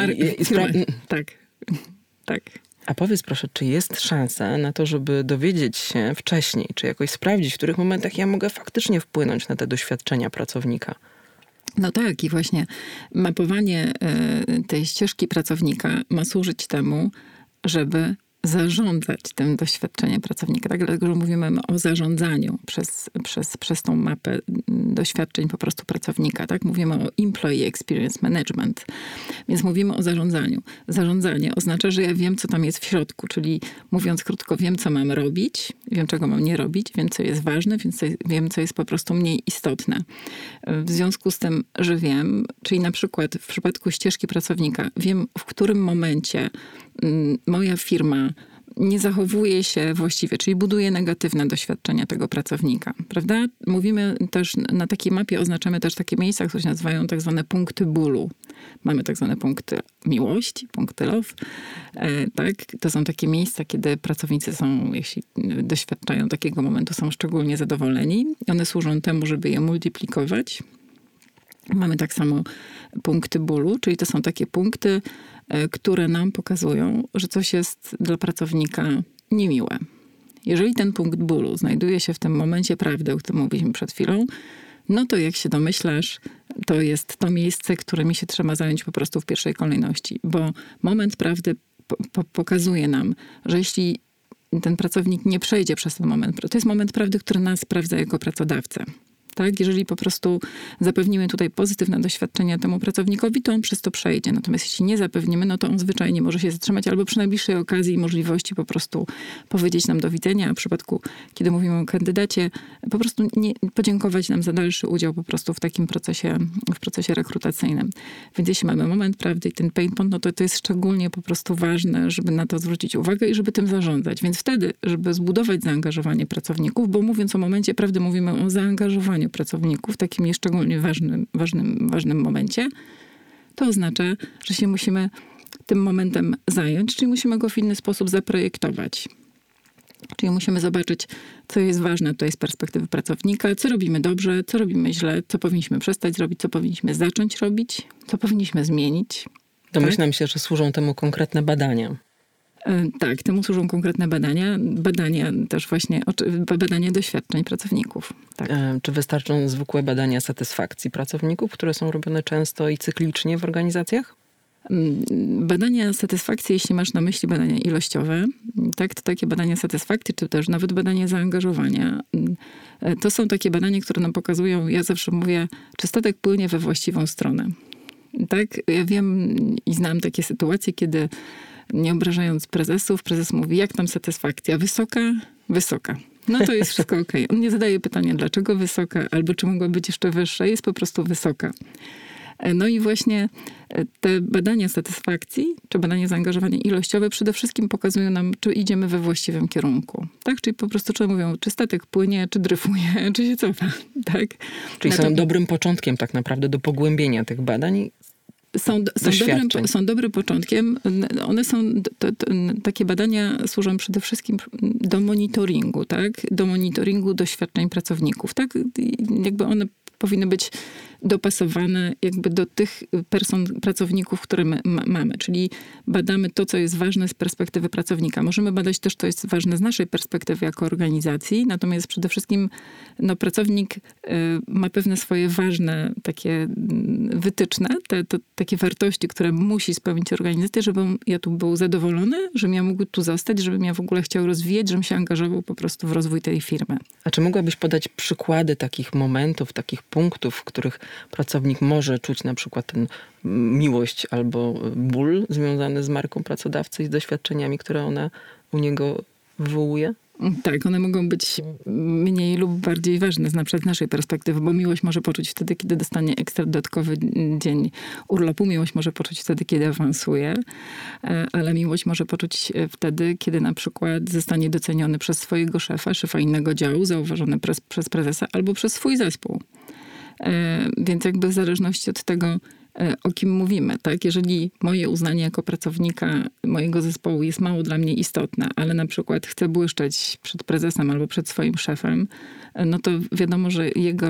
Tak. A powiedz proszę, czy jest szansa na to, żeby dowiedzieć się wcześniej, czy jakoś sprawdzić, w których momentach ja mogę faktycznie wpłynąć na te doświadczenia pracownika? No tak, i właśnie mapowanie tej ścieżki pracownika ma służyć temu, żeby zarządzać tym doświadczeniem pracownika. Tak? Dlatego, że mówimy o zarządzaniu przez tą mapę doświadczeń po prostu pracownika. Tak? Mówimy o Employee Experience Management. Więc mówimy o zarządzaniu. Zarządzanie oznacza, że ja wiem, co tam jest w środku, czyli mówiąc krótko, wiem, co mam robić, wiem, czego mam nie robić, wiem, co jest ważne, wiem, co jest po prostu mniej istotne. W związku z tym, że wiem, czyli na przykład w przypadku ścieżki pracownika, wiem, w którym momencie moja firma nie zachowuje się właściwie, czyli buduje negatywne doświadczenia tego pracownika, prawda? Mówimy też, na takiej mapie oznaczamy też takie miejsca, które się nazywają tak zwane punkty bólu. Mamy tak zwane punkty miłości, punkty love, tak? To są takie miejsca, kiedy pracownicy są, jeśli doświadczają takiego momentu, są szczególnie zadowoleni. One służą temu, żeby je multiplikować. Mamy tak samo punkty bólu, czyli to są takie punkty, które nam pokazują, że coś jest dla pracownika niemiłe. Jeżeli ten punkt bólu znajduje się w tym momencie prawdy, o którym mówiliśmy przed chwilą, no to jak się domyślasz, to jest to miejsce, którymi się trzeba zająć po prostu w pierwszej kolejności. Bo moment prawdy pokazuje nam, że jeśli ten pracownik nie przejdzie przez ten moment, to jest moment prawdy, który nas sprawdza jako pracodawcę. Tak? Jeżeli po prostu zapewnimy tutaj pozytywne doświadczenia temu pracownikowi, to on przez to przejdzie. Natomiast jeśli nie zapewnimy, no to on zwyczajnie może się zatrzymać albo przy najbliższej okazji i możliwości po prostu powiedzieć nam do widzenia, a w przypadku, kiedy mówimy o kandydacie, po prostu nie podziękować nam za dalszy udział po prostu w takim procesie, w procesie rekrutacyjnym. Więc jeśli mamy moment prawdy i ten pain point, no to jest szczególnie po prostu ważne, żeby na to zwrócić uwagę i żeby tym zarządzać. Więc wtedy, żeby zbudować zaangażowanie pracowników, bo mówiąc o momencie prawdy, mówimy o zaangażowaniu pracowników w takim nieszczególnie ważnym momencie, to oznacza, że się musimy tym momentem zająć, czyli musimy go w inny sposób zaprojektować. Czyli musimy zobaczyć, co jest ważne tutaj z perspektywy pracownika, co robimy dobrze, co robimy źle, co powinniśmy przestać robić, co powinniśmy zacząć robić, co powinniśmy zmienić. Domyślam się, że służą temu konkretne badania. Tak, temu służą konkretne badania też właśnie, badania doświadczeń pracowników. Tak. Czy wystarczą zwykłe badania satysfakcji pracowników, które są robione często i cyklicznie w organizacjach? Badania satysfakcji, jeśli masz na myśli badania ilościowe, tak, to takie badania satysfakcji, czy też nawet badania zaangażowania, to są takie badania, które nam pokazują, ja zawsze mówię, czy statek płynie we właściwą stronę. Tak, ja wiem i znam takie sytuacje, kiedy nie obrażając prezesów, prezes mówi, jak tam satysfakcja? Wysoka? Wysoka. No to jest wszystko okej. On nie zadaje pytania, dlaczego wysoka, albo czy mogła być jeszcze wyższa. Jest po prostu wysoka. No i właśnie te badania satysfakcji, czy badania zaangażowania ilościowe przede wszystkim pokazują nam, czy idziemy we właściwym kierunku. Tak? Czyli po prostu czy mówią, czy statek płynie, czy dryfuje, czy się cofa. Tak? Czyli są dobrym początkiem tak naprawdę do pogłębienia tych badań. Są dobrym początkiem. One są, takie badania służą przede wszystkim do monitoringu, tak? Do monitoringu doświadczeń pracowników, tak? Jakby one powinny być dopasowane jakby do tych pracowników, które my mamy. Czyli badamy to, co jest ważne z perspektywy pracownika. Możemy badać też, co jest ważne z naszej perspektywy jako organizacji, natomiast przede wszystkim pracownik ma pewne swoje ważne takie wytyczne, takie wartości, które musi spełnić organizacja, żeby ja tu był zadowolony, żebym ja mógł tu zostać, żebym ja w ogóle chciał rozwijać, żebym się angażował po prostu w rozwój tej firmy. A czy mogłabyś podać przykłady takich momentów, takich punktów, w których pracownik może czuć na przykład tę miłość albo ból związany z marką pracodawcy i z doświadczeniami, które ona u niego wywołuje? Tak, one mogą być mniej lub bardziej ważne, na przykład z naszej perspektywy, bo miłość może poczuć wtedy, kiedy dostanie ekstra dodatkowy dzień urlopu. Miłość może poczuć wtedy, kiedy awansuje, ale miłość może poczuć wtedy, kiedy na przykład zostanie doceniony przez swojego szefa innego działu, zauważony przez prezesa albo przez swój zespół. Więc jakby w zależności od tego, o kim mówimy, tak? Jeżeli moje uznanie jako pracownika mojego zespołu jest mało dla mnie istotne, ale na przykład chcę błyszczeć przed prezesem albo przed swoim szefem, no to wiadomo, że jego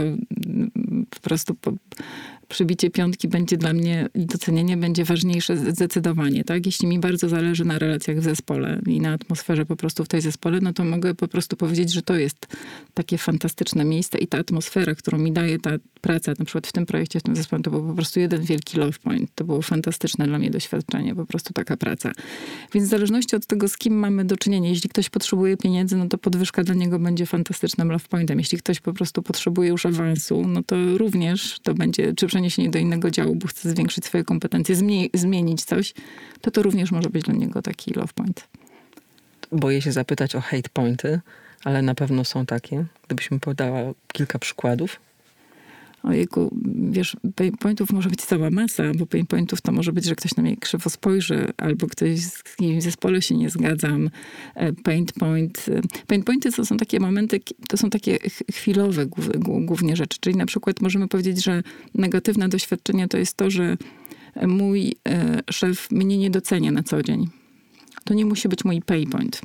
po prostu przybicie piątki będzie dla mnie i docenienie będzie ważniejsze zdecydowanie, tak? Jeśli mi bardzo zależy na relacjach w zespole i na atmosferze po prostu w tej zespole, no to mogę po prostu powiedzieć, że to jest takie fantastyczne miejsce i ta atmosfera, którą mi daje ta praca, na przykład w tym projekcie, w tym zespole, to był po prostu jeden wielki love point. To było fantastyczne dla mnie doświadczenie, po prostu taka praca. Więc w zależności od tego, z kim mamy do czynienia, jeśli ktoś potrzebuje pieniędzy, no to podwyżka dla niego będzie fantastycznym love pointem. Jeśli ktoś po prostu potrzebuje już awansu, no to również to będzie, czy przeniesienie do innego działu, bo chce zwiększyć swoje kompetencje, zmienić coś, to również może być dla niego taki love point. Boję się zapytać o hate pointy, ale na pewno są takie. Gdybyś mi podała kilka przykładów. Ojejku, wiesz, pain pointów może być cała masa, bo pain pointów to może być, że ktoś na mnie krzywo spojrzy, albo ktoś z kimś w zespole się nie zgadzam. Pain pointy to są takie momenty, to są takie chwilowe głównie rzeczy. Czyli na przykład możemy powiedzieć, że negatywne doświadczenie to jest to, że mój szef mnie nie docenia na co dzień. To nie musi być mój pain point.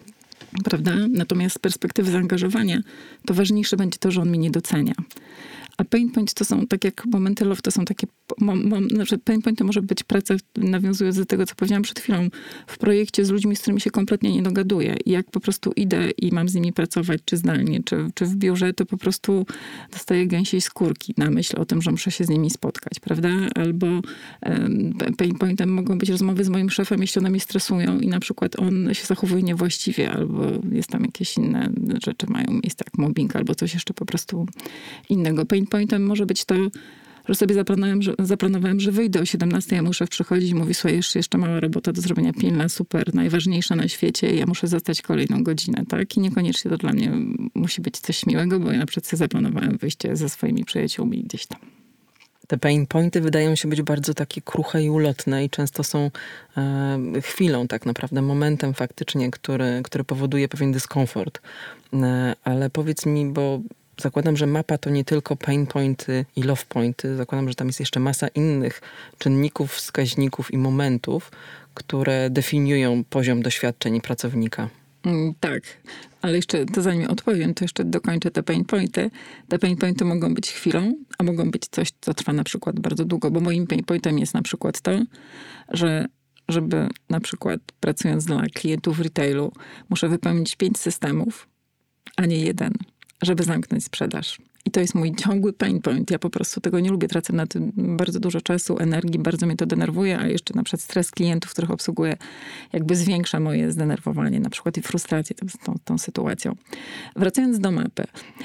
Prawda? Natomiast z perspektywy zaangażowania to ważniejsze będzie to, że on mnie nie docenia. A pain point to są, tak jak momenty love, to są takie, znaczy pain point to może być praca, nawiązując do tego, co powiedziałam przed chwilą, w projekcie z ludźmi, z którymi się kompletnie nie dogaduję. I jak po prostu idę i mam z nimi pracować, czy zdalnie, czy w biurze, to po prostu dostaję gęsiej skórki na myśl o tym, że muszę się z nimi spotkać, prawda? Albo pain pointem mogą być rozmowy z moim szefem, jeśli one mnie stresują i na przykład on się zachowuje niewłaściwie, albo jest tam jakieś inne rzeczy mają miejsce, jak mobbing, albo coś jeszcze po prostu innego. Pain pointem może być to, że sobie zaplanowałem, że wyjdę o 17, ja muszę przychodzić i mówię, słuchaj, jeszcze mała robota do zrobienia, pilna, super, najważniejsza na świecie i ja muszę zostać kolejną godzinę, tak? I niekoniecznie to dla mnie musi być coś miłego, bo ja na przykład sobie zaplanowałem wyjście ze swoimi przyjaciółmi gdzieś tam. Te pain pointy wydają się być bardzo takie kruche i ulotne i często są chwilą tak naprawdę, momentem faktycznie, który powoduje pewien dyskomfort. Ale powiedz mi, bo zakładam, że mapa to nie tylko pain pointy i love pointy. Zakładam, że tam jest jeszcze masa innych czynników, wskaźników i momentów, które definiują poziom doświadczeń pracownika. Tak, ale jeszcze to zanim odpowiem, to jeszcze dokończę te pain pointy. Te pain pointy mogą być chwilą, a mogą być coś, co trwa na przykład bardzo długo, bo moim pain pointem jest na przykład to, że żeby na przykład pracując dla klientów w retailu, muszę wypełnić 5 systemów, a nie 1, żeby zamknąć sprzedaż. I to jest mój ciągły pain point. Ja po prostu tego nie lubię. Tracę na tym bardzo dużo czasu, energii, bardzo mnie to denerwuje, a jeszcze na przykład stres klientów, których obsługuję, jakby zwiększa moje zdenerwowanie, na przykład i frustrację tą sytuacją. Wracając do mapy.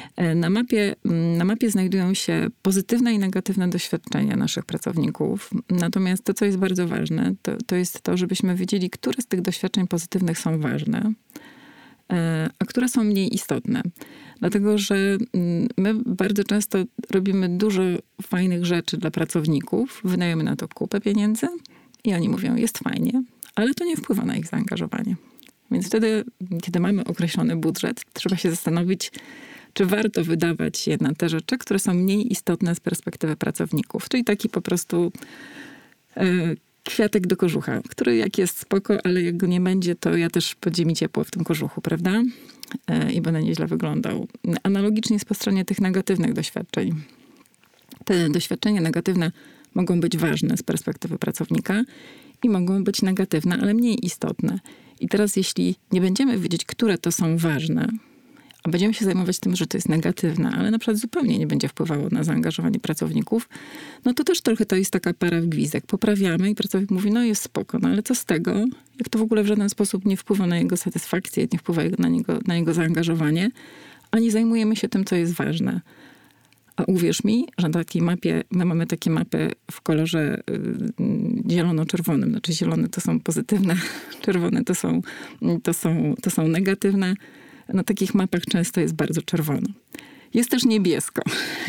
Na mapie znajdują się pozytywne i negatywne doświadczenia naszych pracowników. Natomiast to, co jest bardzo ważne, to jest to, żebyśmy wiedzieli, które z tych doświadczeń pozytywnych są ważne, a które są mniej istotne. Dlatego, że my bardzo często robimy dużo fajnych rzeczy dla pracowników, wydajemy na to kupę pieniędzy i oni mówią, jest fajnie, ale to nie wpływa na ich zaangażowanie. Więc wtedy, kiedy mamy określony budżet, trzeba się zastanowić, czy warto wydawać je na te rzeczy, które są mniej istotne z perspektywy pracowników. Czyli taki po prostu kwiatek do kożucha, który jak jest spoko, ale jak go nie będzie, to ja też będzie mi ciepło w tym kożuchu, prawda? I będę nieźle wyglądał. Analogicznie jest po stronie tych negatywnych doświadczeń. Te doświadczenia negatywne mogą być ważne z perspektywy pracownika i mogą być negatywne, ale mniej istotne. I teraz jeśli nie będziemy wiedzieć, które to są ważne, a będziemy się zajmować tym, że to jest negatywne, ale na przykład zupełnie nie będzie wpływało na zaangażowanie pracowników, no to też trochę to jest taka para w gwizdek. Poprawiamy i pracownik mówi, no jest spoko, no ale co z tego, jak to w ogóle w żaden sposób nie wpływa na jego satysfakcję, nie wpływa na jego zaangażowanie, a nie zajmujemy się tym, co jest ważne. A uwierz mi, że na takiej mapie, my mamy takie mapy w kolorze zielono-czerwonym. Znaczy zielone to są pozytywne, czerwone to są negatywne. Na takich mapach często jest bardzo czerwono. Jest też niebiesko.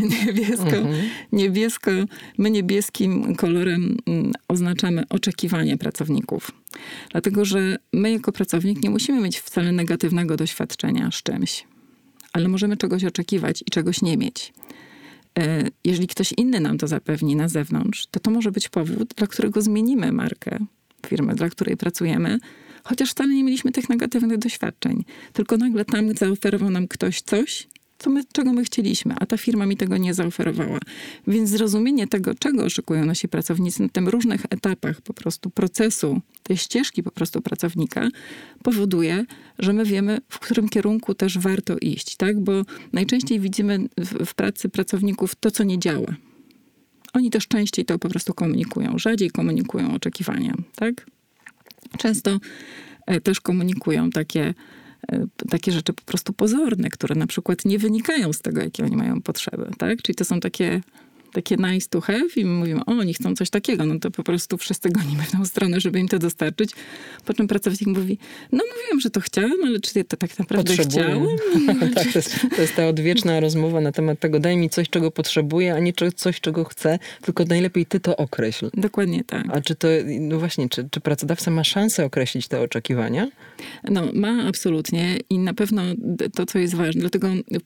Niebiesko. My niebieskim kolorem oznaczamy oczekiwania pracowników. Dlatego, że my jako pracownik nie musimy mieć wcale negatywnego doświadczenia z czymś. Ale możemy czegoś oczekiwać i czegoś nie mieć. Jeżeli ktoś inny nam to zapewni na zewnątrz, to może być powód, dla którego zmienimy markę firmy, dla której pracujemy, chociaż wcale nie mieliśmy tych negatywnych doświadczeń. Tylko nagle tam zaoferował nam ktoś coś, czego my chcieliśmy, a ta firma mi tego nie zaoferowała. Więc zrozumienie tego, czego oczekują nasi pracownicy na tym różnych etapach po prostu procesu, tej ścieżki po prostu pracownika, powoduje, że my wiemy, w którym kierunku też warto iść, tak? Bo najczęściej widzimy w pracy pracowników to, co nie działa. Oni też częściej to po prostu komunikują, rzadziej komunikują oczekiwania, tak? Często też komunikują takie rzeczy po prostu pozorne, które na przykład nie wynikają z tego, jakie oni mają potrzeby, tak? Czyli to są takie nice to have i my mówimy, oni chcą coś takiego, no to po prostu wszyscy gonimy w tą stronę, żeby im to dostarczyć. Po czym pracownik mówi, no mówiłem, że to chciałem, ale czy ja to tak naprawdę chciałem? Tak, to jest ta odwieczna rozmowa na temat tego, daj mi coś, czego potrzebuję, a nie coś, czego chcę, tylko najlepiej ty to określ. Dokładnie tak. A czy to, no właśnie, czy pracodawca ma szansę określić te oczekiwania? No, ma absolutnie i na pewno to, co jest ważne, dlatego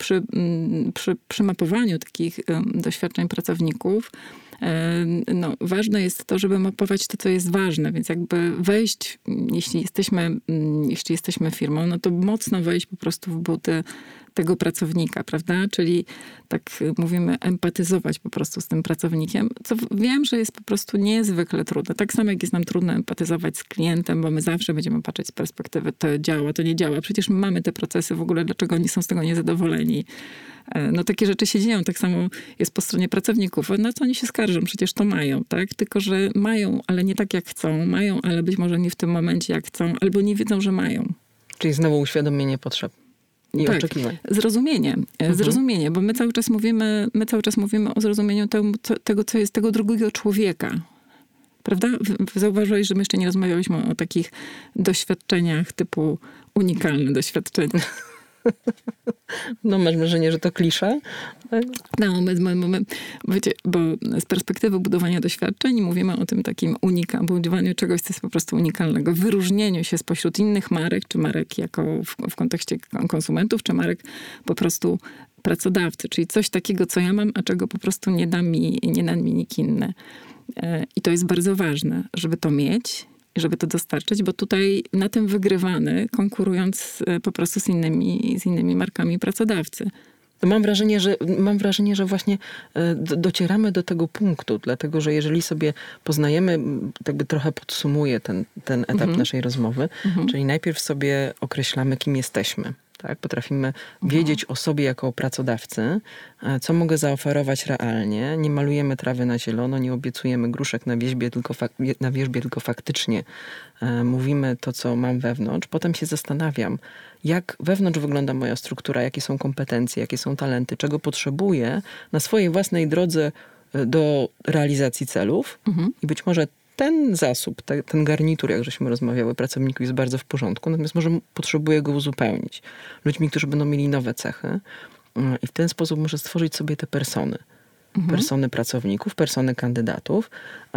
przy mapowaniu takich doświadczeń pracowników, ważne jest to, żeby mapować to, co jest ważne, więc jakby wejść, jeśli jesteśmy firmą, no to mocno wejść po prostu w buty tego pracownika, prawda? Czyli tak mówimy, empatyzować po prostu z tym pracownikiem, co wiem, że jest po prostu niezwykle trudne. Tak samo jak jest nam trudno empatyzować z klientem, bo my zawsze będziemy patrzeć z perspektywy, to działa, to nie działa. Przecież my mamy te procesy w ogóle, dlaczego oni są z tego niezadowoleni. No takie rzeczy się dzieją. Tak samo jest po stronie pracowników. Na co oni się skarżą? Przecież to mają, tak? Tylko, że mają, ale nie tak jak chcą. Mają, ale być może nie w tym momencie jak chcą. Albo nie wiedzą, że mają. Czyli znowu uświadomienie potrzeb i tak, oczekiwań. Zrozumienie, bo my cały czas mówimy o zrozumieniu tego, co jest tego drugiego człowieka. Prawda? Zauważyłeś, że my jeszcze nie rozmawialiśmy o takich doświadczeniach typu unikalne doświadczenia. No masz wrażenie, że to klisza? No, wiecie, bo z perspektywy budowania doświadczeń mówimy o tym takim budowaniu czegoś, co jest po prostu unikalnego. Wyróżnieniu się spośród innych marek, czy marek jako w kontekście konsumentów, czy marek po prostu pracodawcy. Czyli coś takiego, co ja mam, a czego po prostu nie da mi nikt inny. I to jest bardzo ważne, żeby to mieć, żeby to dostarczyć, bo tutaj na tym wygrywamy, konkurując po prostu z innymi markami pracodawcy. Mam wrażenie, że właśnie docieramy do tego punktu, dlatego że jeżeli sobie poznajemy, jakby trochę podsumuję ten etap naszej rozmowy, czyli najpierw sobie określamy, kim jesteśmy. Tak? Potrafimy wiedzieć o sobie jako o pracodawcy, co mogę zaoferować realnie. Nie malujemy trawy na zielono, nie obiecujemy gruszek na wierzbie, tylko faktycznie mówimy to, co mam wewnątrz. Potem się zastanawiam, jak wewnątrz wygląda moja struktura, jakie są kompetencje, jakie są talenty, czego potrzebuję na swojej własnej drodze do realizacji celów. I być może ten zasób, ten garnitur, jak żeśmy rozmawiały, pracowników jest bardzo w porządku, natomiast może potrzebuję go uzupełnić ludźmi, którzy będą mieli nowe cechy i w ten sposób muszę stworzyć sobie te persony. Persony pracowników, persony kandydatów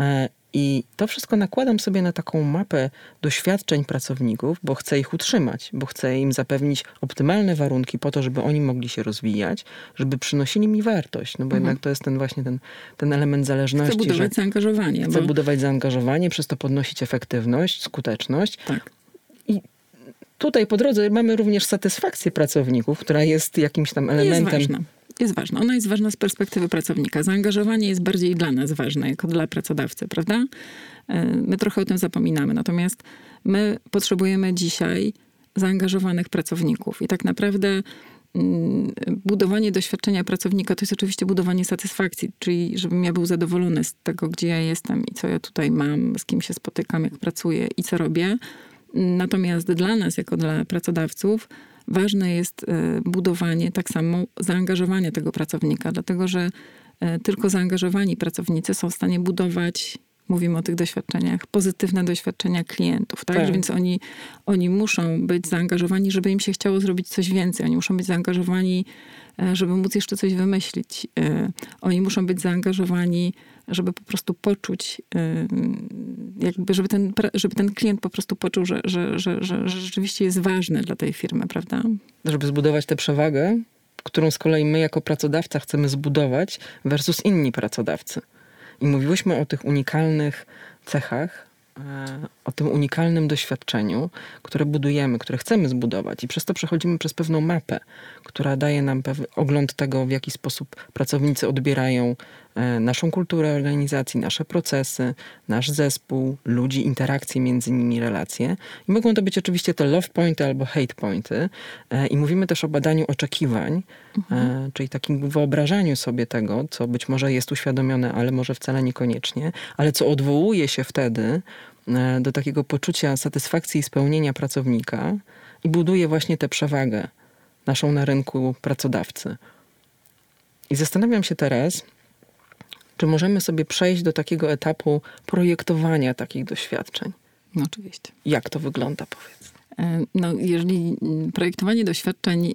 i to wszystko nakładam sobie na taką mapę doświadczeń pracowników, bo chcę ich utrzymać, bo chcę im zapewnić optymalne warunki po to, żeby oni mogli się rozwijać, żeby przynosili mi wartość. No bo jednak to jest ten element zależności. Chcę budować zaangażowanie. Chcę budować zaangażowanie, przez to podnosić efektywność, skuteczność. Tak. I tutaj po drodze mamy również satysfakcję pracowników, która jest jakimś tam elementem. Jest ważna. Ona jest ważna z perspektywy pracownika. Zaangażowanie jest bardziej dla nas ważne, jako dla pracodawcy, prawda? My trochę o tym zapominamy. Natomiast my potrzebujemy dzisiaj zaangażowanych pracowników. I tak naprawdę budowanie doświadczenia pracownika to jest oczywiście budowanie satysfakcji, czyli żebym ja był zadowolony z tego, gdzie ja jestem i co ja tutaj mam, z kim się spotykam, jak pracuję i co robię. Natomiast dla nas, jako dla pracodawców, ważne jest budowanie tak samo zaangażowania tego pracownika, dlatego że tylko zaangażowani pracownicy są w stanie budować, mówimy o tych doświadczeniach, pozytywne doświadczenia klientów, tak? Więc oni muszą być zaangażowani, żeby im się chciało zrobić coś więcej. Oni muszą być zaangażowani, żeby móc jeszcze coś wymyślić. Oni muszą być zaangażowani, żeby po prostu poczuć, jakby, żeby ten klient po prostu poczuł, że rzeczywiście jest ważny dla tej firmy, prawda? Żeby zbudować tę przewagę, którą z kolei my jako pracodawca chcemy zbudować versus inni pracodawcy. I mówiłyśmy o tych unikalnych cechach, o tym unikalnym doświadczeniu, które budujemy, które chcemy zbudować. I przez to przechodzimy przez pewną mapę, która daje nam ogląd tego, w jaki sposób pracownicy odbierają naszą kulturę organizacji, nasze procesy, nasz zespół, ludzi, interakcje między nimi, relacje. I mogą to być oczywiście te love pointy albo hate pointy. I mówimy też o badaniu oczekiwań, czyli takim wyobrażaniu sobie tego, co być może jest uświadomione, ale może wcale niekoniecznie, ale co odwołuje się wtedy do takiego poczucia satysfakcji i spełnienia pracownika i buduje właśnie tę przewagę naszą na rynku pracodawcy. I zastanawiam się teraz, czy możemy sobie przejść do takiego etapu projektowania takich doświadczeń. No oczywiście. Jak to wygląda, powiedz? No, jeżeli projektowanie doświadczeń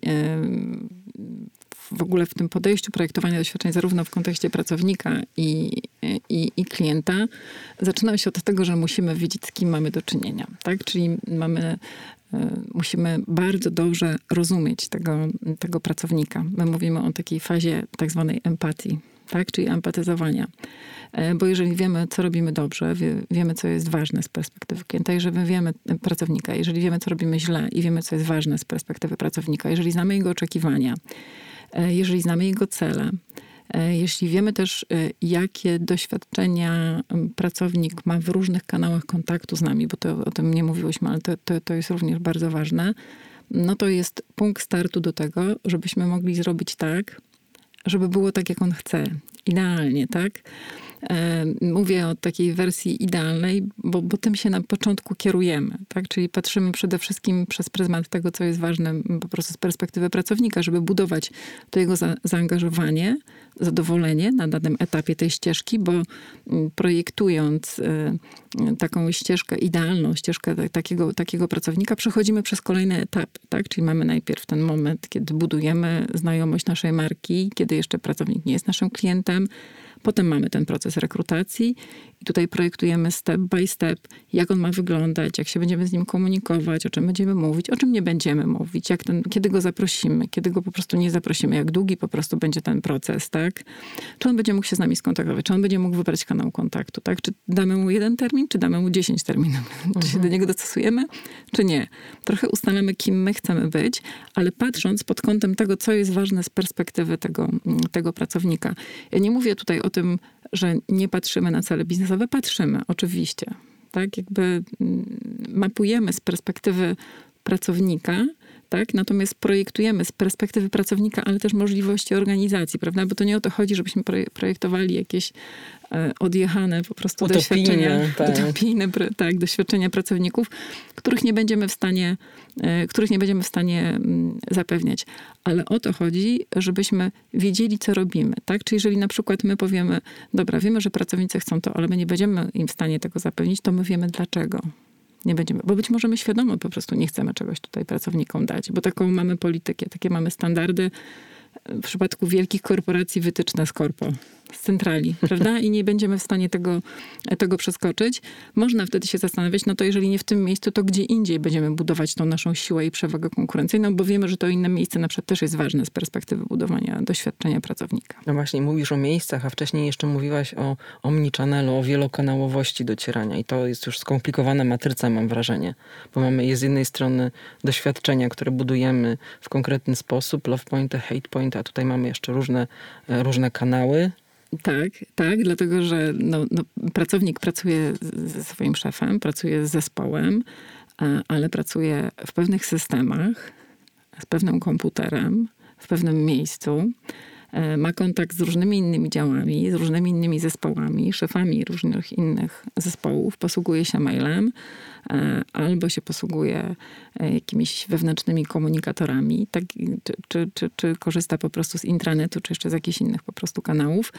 w ogóle w tym podejściu projektowania doświadczeń zarówno w kontekście pracownika i klienta zaczyna się od tego, że musimy wiedzieć, z kim mamy do czynienia. Tak? Czyli musimy bardzo dobrze rozumieć tego pracownika. My mówimy o takiej fazie tak zwanej empatii. tak? Czyli empatyzowania. Bo jeżeli wiemy, co robimy dobrze, wiemy, co jest ważne z perspektywy klienta, jeżeli wiemy pracownika, jeżeli wiemy, co robimy źle i wiemy, co jest ważne z perspektywy pracownika, jeżeli znamy jego oczekiwania, jeżeli znamy jego cele, jeśli wiemy też, jakie doświadczenia pracownik ma w różnych kanałach kontaktu z nami, bo o tym nie mówiłyśmy, ale to jest również bardzo ważne, no to jest punkt startu do tego, żebyśmy mogli zrobić tak, żeby było tak, jak on chce. Idealnie, tak? Mówię o takiej wersji idealnej, bo tym się na początku kierujemy, tak? Czyli patrzymy przede wszystkim przez pryzmat tego, co jest ważne po prostu z perspektywy pracownika, żeby budować to jego zaangażowanie, zadowolenie na danym etapie tej ścieżki, bo projektując taką ścieżkę idealną, ścieżkę takiego pracownika, przechodzimy przez kolejne etapy, tak? Czyli mamy najpierw ten moment, kiedy budujemy znajomość naszej marki, kiedy jeszcze pracownik nie jest naszym klientem. Potem mamy ten proces rekrutacji i tutaj projektujemy step by step, jak on ma wyglądać, jak się będziemy z nim komunikować, o czym będziemy mówić, o czym nie będziemy mówić, kiedy go zaprosimy, kiedy go po prostu nie zaprosimy, jak długi po prostu będzie ten proces, tak? Czy on będzie mógł się z nami skontaktować, czy on będzie mógł wybrać kanał kontaktu, tak? Czy damy mu 1 termin, czy damy mu 10 terminów? Czy się do niego dostosujemy, czy nie? Trochę ustalamy, kim my chcemy być, ale patrząc pod kątem tego, co jest ważne z perspektywy tego pracownika. Ja nie mówię tutaj o tym, że nie patrzymy na cele biznesowe. Patrzymy, oczywiście. Tak, jakby mapujemy z perspektywy pracownika, tak? Natomiast projektujemy z perspektywy pracownika, ale też możliwości organizacji, prawda? Bo to nie o to chodzi, żebyśmy projektowali jakieś odjechane po prostu utopijne, doświadczenia pracowników, których nie będziemy w stanie zapewniać. Ale o to chodzi, żebyśmy wiedzieli, co robimy, tak? Czyli jeżeli na przykład my powiemy, dobra, wiemy, że pracownicy chcą to, ale my nie będziemy im w stanie tego zapewnić, to my wiemy dlaczego. Nie będziemy, bo być może my świadomie po prostu nie chcemy czegoś tutaj pracownikom dać, bo taką mamy politykę, takie mamy standardy. W przypadku wielkich korporacji wytyczne z centrali, prawda? I nie będziemy w stanie tego przeskoczyć. Można wtedy się zastanawiać, no to jeżeli nie w tym miejscu, to gdzie indziej będziemy budować tą naszą siłę i przewagę konkurencyjną, bo wiemy, że to inne miejsce na przykład też jest ważne z perspektywy budowania doświadczenia pracownika. No właśnie, mówisz o miejscach, a wcześniej jeszcze mówiłaś o omnichannelu, o wielokanałowości docierania i to jest już skomplikowana matryca, mam wrażenie, bo mamy z jednej strony doświadczenia, które budujemy w konkretny sposób, love pointy, hate pointy, a tutaj mamy jeszcze różne kanały. Tak, dlatego że pracownik pracuje ze swoim szefem, pracuje z zespołem, ale pracuje w pewnych systemach, z pewnym komputerem, w pewnym miejscu. Ma kontakt z różnymi innymi działami, z różnymi innymi zespołami, szefami różnych innych zespołów, posługuje się mailem albo się posługuje jakimiś wewnętrznymi komunikatorami, tak, czy korzysta po prostu z intranetu, czy jeszcze z jakichś innych po prostu kanałów.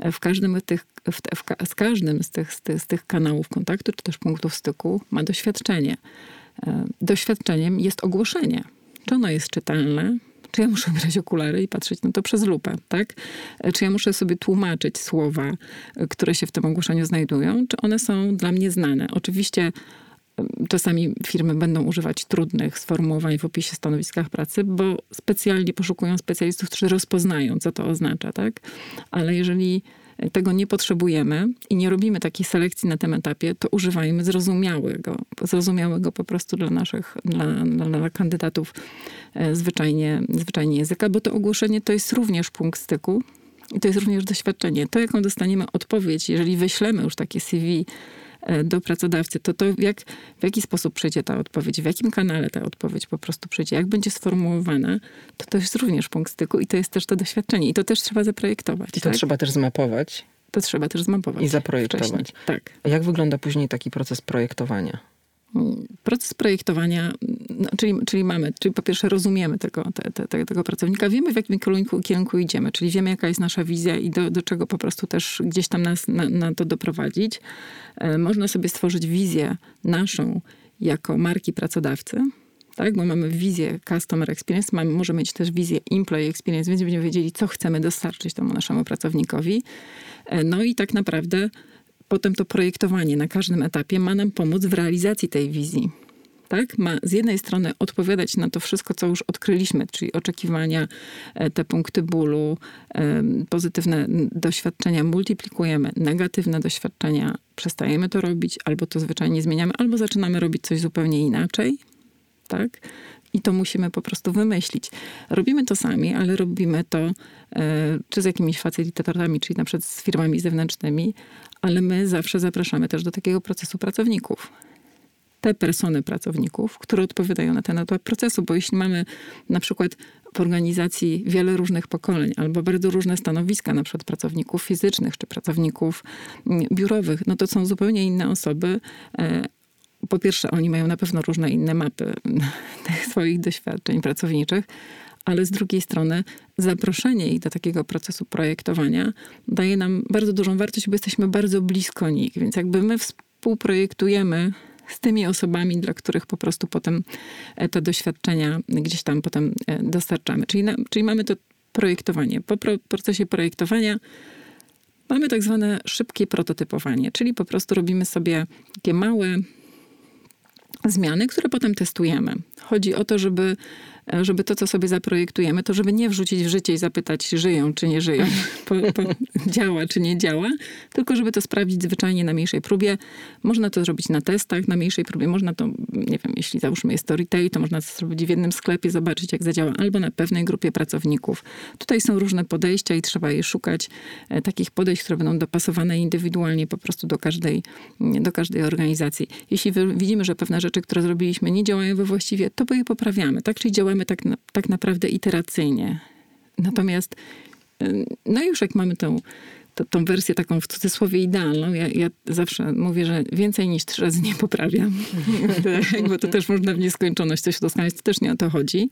Z każdym z tych kanałów kontaktu, czy też punktów styku ma doświadczenie. Doświadczeniem jest ogłoszenie. Czy ono jest czytelne? Czy ja muszę brać okulary i patrzeć na to przez lupę, tak? Czy ja muszę sobie tłumaczyć słowa, które się w tym ogłoszeniu znajdują? Czy one są dla mnie znane? Oczywiście czasami firmy będą używać trudnych sformułowań w opisie stanowiskach pracy, bo specjalnie poszukują specjalistów, którzy rozpoznają, co to oznacza, tak? Ale jeżeli tego nie potrzebujemy i nie robimy takiej selekcji na tym etapie, to używajmy zrozumiałego po prostu dla kandydatów zwyczajnie języka, bo to ogłoszenie to jest również punkt styku i to jest również doświadczenie. To, jaką dostaniemy odpowiedź, jeżeli wyślemy już takie CV do pracodawcy, to w jaki sposób przyjdzie ta odpowiedź, w jakim kanale ta odpowiedź po prostu przyjdzie, jak będzie sformułowana, to jest również punkt styku i to jest też to doświadczenie. I to też trzeba zaprojektować. I to trzeba też zmapować. To trzeba też zmapować. I zaprojektować. Wcześniej. Tak. A jak wygląda później taki proces projektowania? Proces projektowania, czyli po pierwsze rozumiemy tego pracownika, wiemy w jakim kierunku idziemy, czyli wiemy jaka jest nasza wizja i do czego po prostu też gdzieś tam nas na to doprowadzić. Można sobie stworzyć wizję naszą jako marki pracodawcy, tak? Bo mamy wizję Customer Experience, możemy mieć też wizję Employee Experience, więc będziemy wiedzieli, co chcemy dostarczyć temu naszemu pracownikowi. No i tak naprawdę potem to projektowanie na każdym etapie ma nam pomóc w realizacji tej wizji. Tak? Ma z jednej strony odpowiadać na to wszystko, co już odkryliśmy, czyli oczekiwania, te punkty bólu, pozytywne doświadczenia multiplikujemy, negatywne doświadczenia przestajemy to robić, albo to zwyczajnie zmieniamy, albo zaczynamy robić coś zupełnie inaczej. Tak? I to musimy po prostu wymyślić. Robimy to sami, ale robimy to czy z jakimiś facylitatorami, czyli na przykład z firmami zewnętrznymi, ale my zawsze zapraszamy też do takiego procesu pracowników. Te persony pracowników, które odpowiadają na ten etap procesu, bo jeśli mamy na przykład w organizacji wiele różnych pokoleń albo bardzo różne stanowiska, na przykład pracowników fizycznych czy pracowników biurowych, no to są zupełnie inne osoby. Po pierwsze, oni mają na pewno różne inne mapy tych swoich doświadczeń pracowniczych, ale z drugiej strony zaproszenie ich do takiego procesu projektowania daje nam bardzo dużą wartość, bo jesteśmy bardzo blisko nich. Więc jakby my współprojektujemy z tymi osobami, dla których po prostu potem te doświadczenia gdzieś tam potem dostarczamy. Czyli mamy to projektowanie. Po procesie projektowania mamy tak zwane szybkie prototypowanie, czyli po prostu robimy sobie takie małe zmiany, które potem testujemy. Chodzi o to, żeby to, co sobie zaprojektujemy, to żeby nie wrzucić w życie i zapytać, żyją czy nie żyją, działa czy nie działa, tylko żeby to sprawdzić zwyczajnie na mniejszej próbie. Można to zrobić na testach, na mniejszej próbie. Można to, nie wiem, jeśli załóżmy jest to retail, to można to zrobić w jednym sklepie, zobaczyć jak zadziała, albo na pewnej grupie pracowników. Tutaj są różne podejścia i trzeba je szukać, takich podejść, które będą dopasowane indywidualnie po prostu do każdej organizacji. Jeśli widzimy, że pewne rzeczy, które zrobiliśmy, nie działają we właściwie, to je poprawiamy, tak? Czyli działamy tak naprawdę iteracyjnie. Natomiast no już jak mamy tą wersję taką w cudzysłowie idealną, ja zawsze mówię, że więcej niż 3 razy nie poprawiam, bo to też można w nieskończoność coś udoskonalić, to też nie o to chodzi,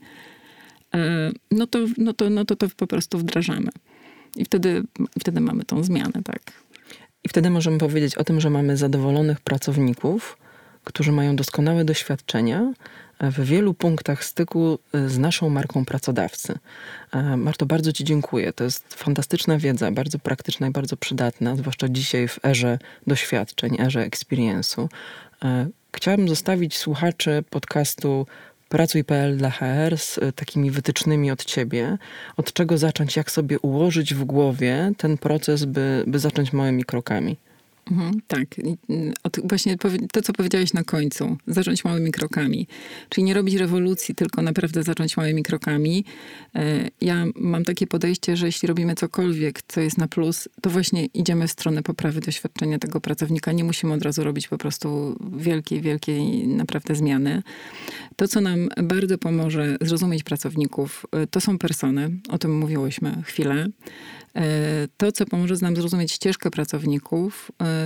no to po prostu wdrażamy. I wtedy mamy tą zmianę, tak. I wtedy możemy powiedzieć o tym, że mamy zadowolonych pracowników, którzy mają doskonałe doświadczenia w wielu punktach styku z naszą marką pracodawcy. Marto, bardzo ci dziękuję. To jest fantastyczna wiedza, bardzo praktyczna i bardzo przydatna, zwłaszcza dzisiaj w erze doświadczeń, erze experience'u. Chciałabym zostawić słuchaczy podcastu Pracuj.pl dla HR z takimi wytycznymi od ciebie. Od czego zacząć, jak sobie ułożyć w głowie ten proces, by zacząć małymi krokami. Tak. Właśnie to, co powiedziałeś na końcu. Zacząć małymi krokami. Czyli nie robić rewolucji, tylko naprawdę zacząć małymi krokami. Ja mam takie podejście, że jeśli robimy cokolwiek, co jest na plus, to właśnie idziemy w stronę poprawy doświadczenia tego pracownika. Nie musimy od razu robić po prostu wielkiej naprawdę zmiany. To, co nam bardzo pomoże zrozumieć pracowników, to są persony. O tym mówiłyśmy chwilę. To, co pomoże nam zrozumieć ścieżkę pracowników,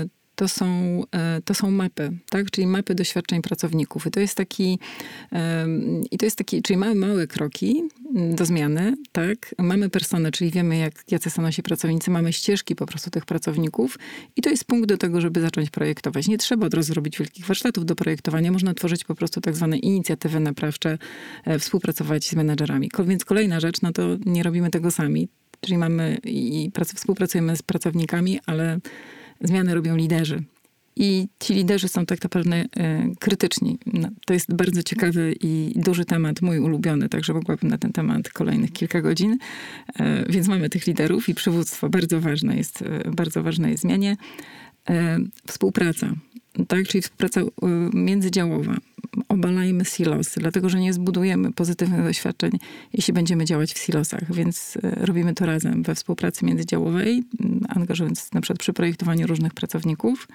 to są mapy, tak? Czyli mapy doświadczeń pracowników. I to jest taki, czyli mamy małe kroki do zmiany, tak? Mamy personę, czyli wiemy, jacy są nasi pracownicy, mamy ścieżki po prostu tych pracowników i to jest punkt do tego, żeby zacząć projektować. Nie trzeba od razu robić wielkich warsztatów do projektowania, można tworzyć po prostu tak zwane inicjatywy naprawcze, współpracować z menedżerami. Więc kolejna rzecz, no to nie robimy tego sami, czyli współpracujemy z pracownikami, ale zmiany robią liderzy. I ci liderzy są tak naprawdę krytyczni. No, to jest bardzo ciekawy i duży temat, mój ulubiony, także mogłabym na ten temat kolejnych kilka godzin. Więc mamy tych liderów i przywództwo bardzo ważne jest zmianie. Współpraca, tak? Czyli współpraca międzydziałowa. Obalajmy silosy, dlatego że nie zbudujemy pozytywnych doświadczeń, jeśli będziemy działać w silosach, więc robimy to razem we współpracy międzydziałowej, angażując na przykład przy projektowaniu różnych pracowników.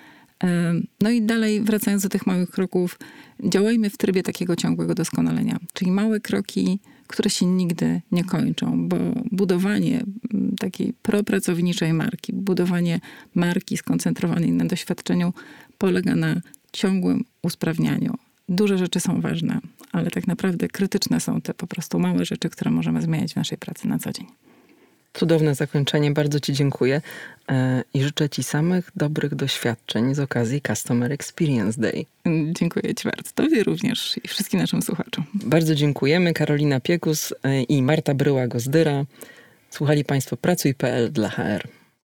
No i dalej, wracając do tych małych kroków, działajmy w trybie takiego ciągłego doskonalenia, czyli małe kroki, które się nigdy nie kończą, bo budowanie takiej propracowniczej marki, budowanie marki skoncentrowanej na doświadczeniu polega na ciągłym usprawnianiu. Duże rzeczy są ważne, ale tak naprawdę krytyczne są te po prostu małe rzeczy, które możemy zmieniać w naszej pracy na co dzień. Cudowne zakończenie, bardzo ci dziękuję i życzę ci samych dobrych doświadczeń z okazji Customer Experience Day. Dziękuję ci bardzo. Tobie również i wszystkim naszym słuchaczom. Bardzo dziękujemy. Karolina Piekus i Marta Bryła-Gozdyra. Słuchali państwo Pracuj.pl dla HR.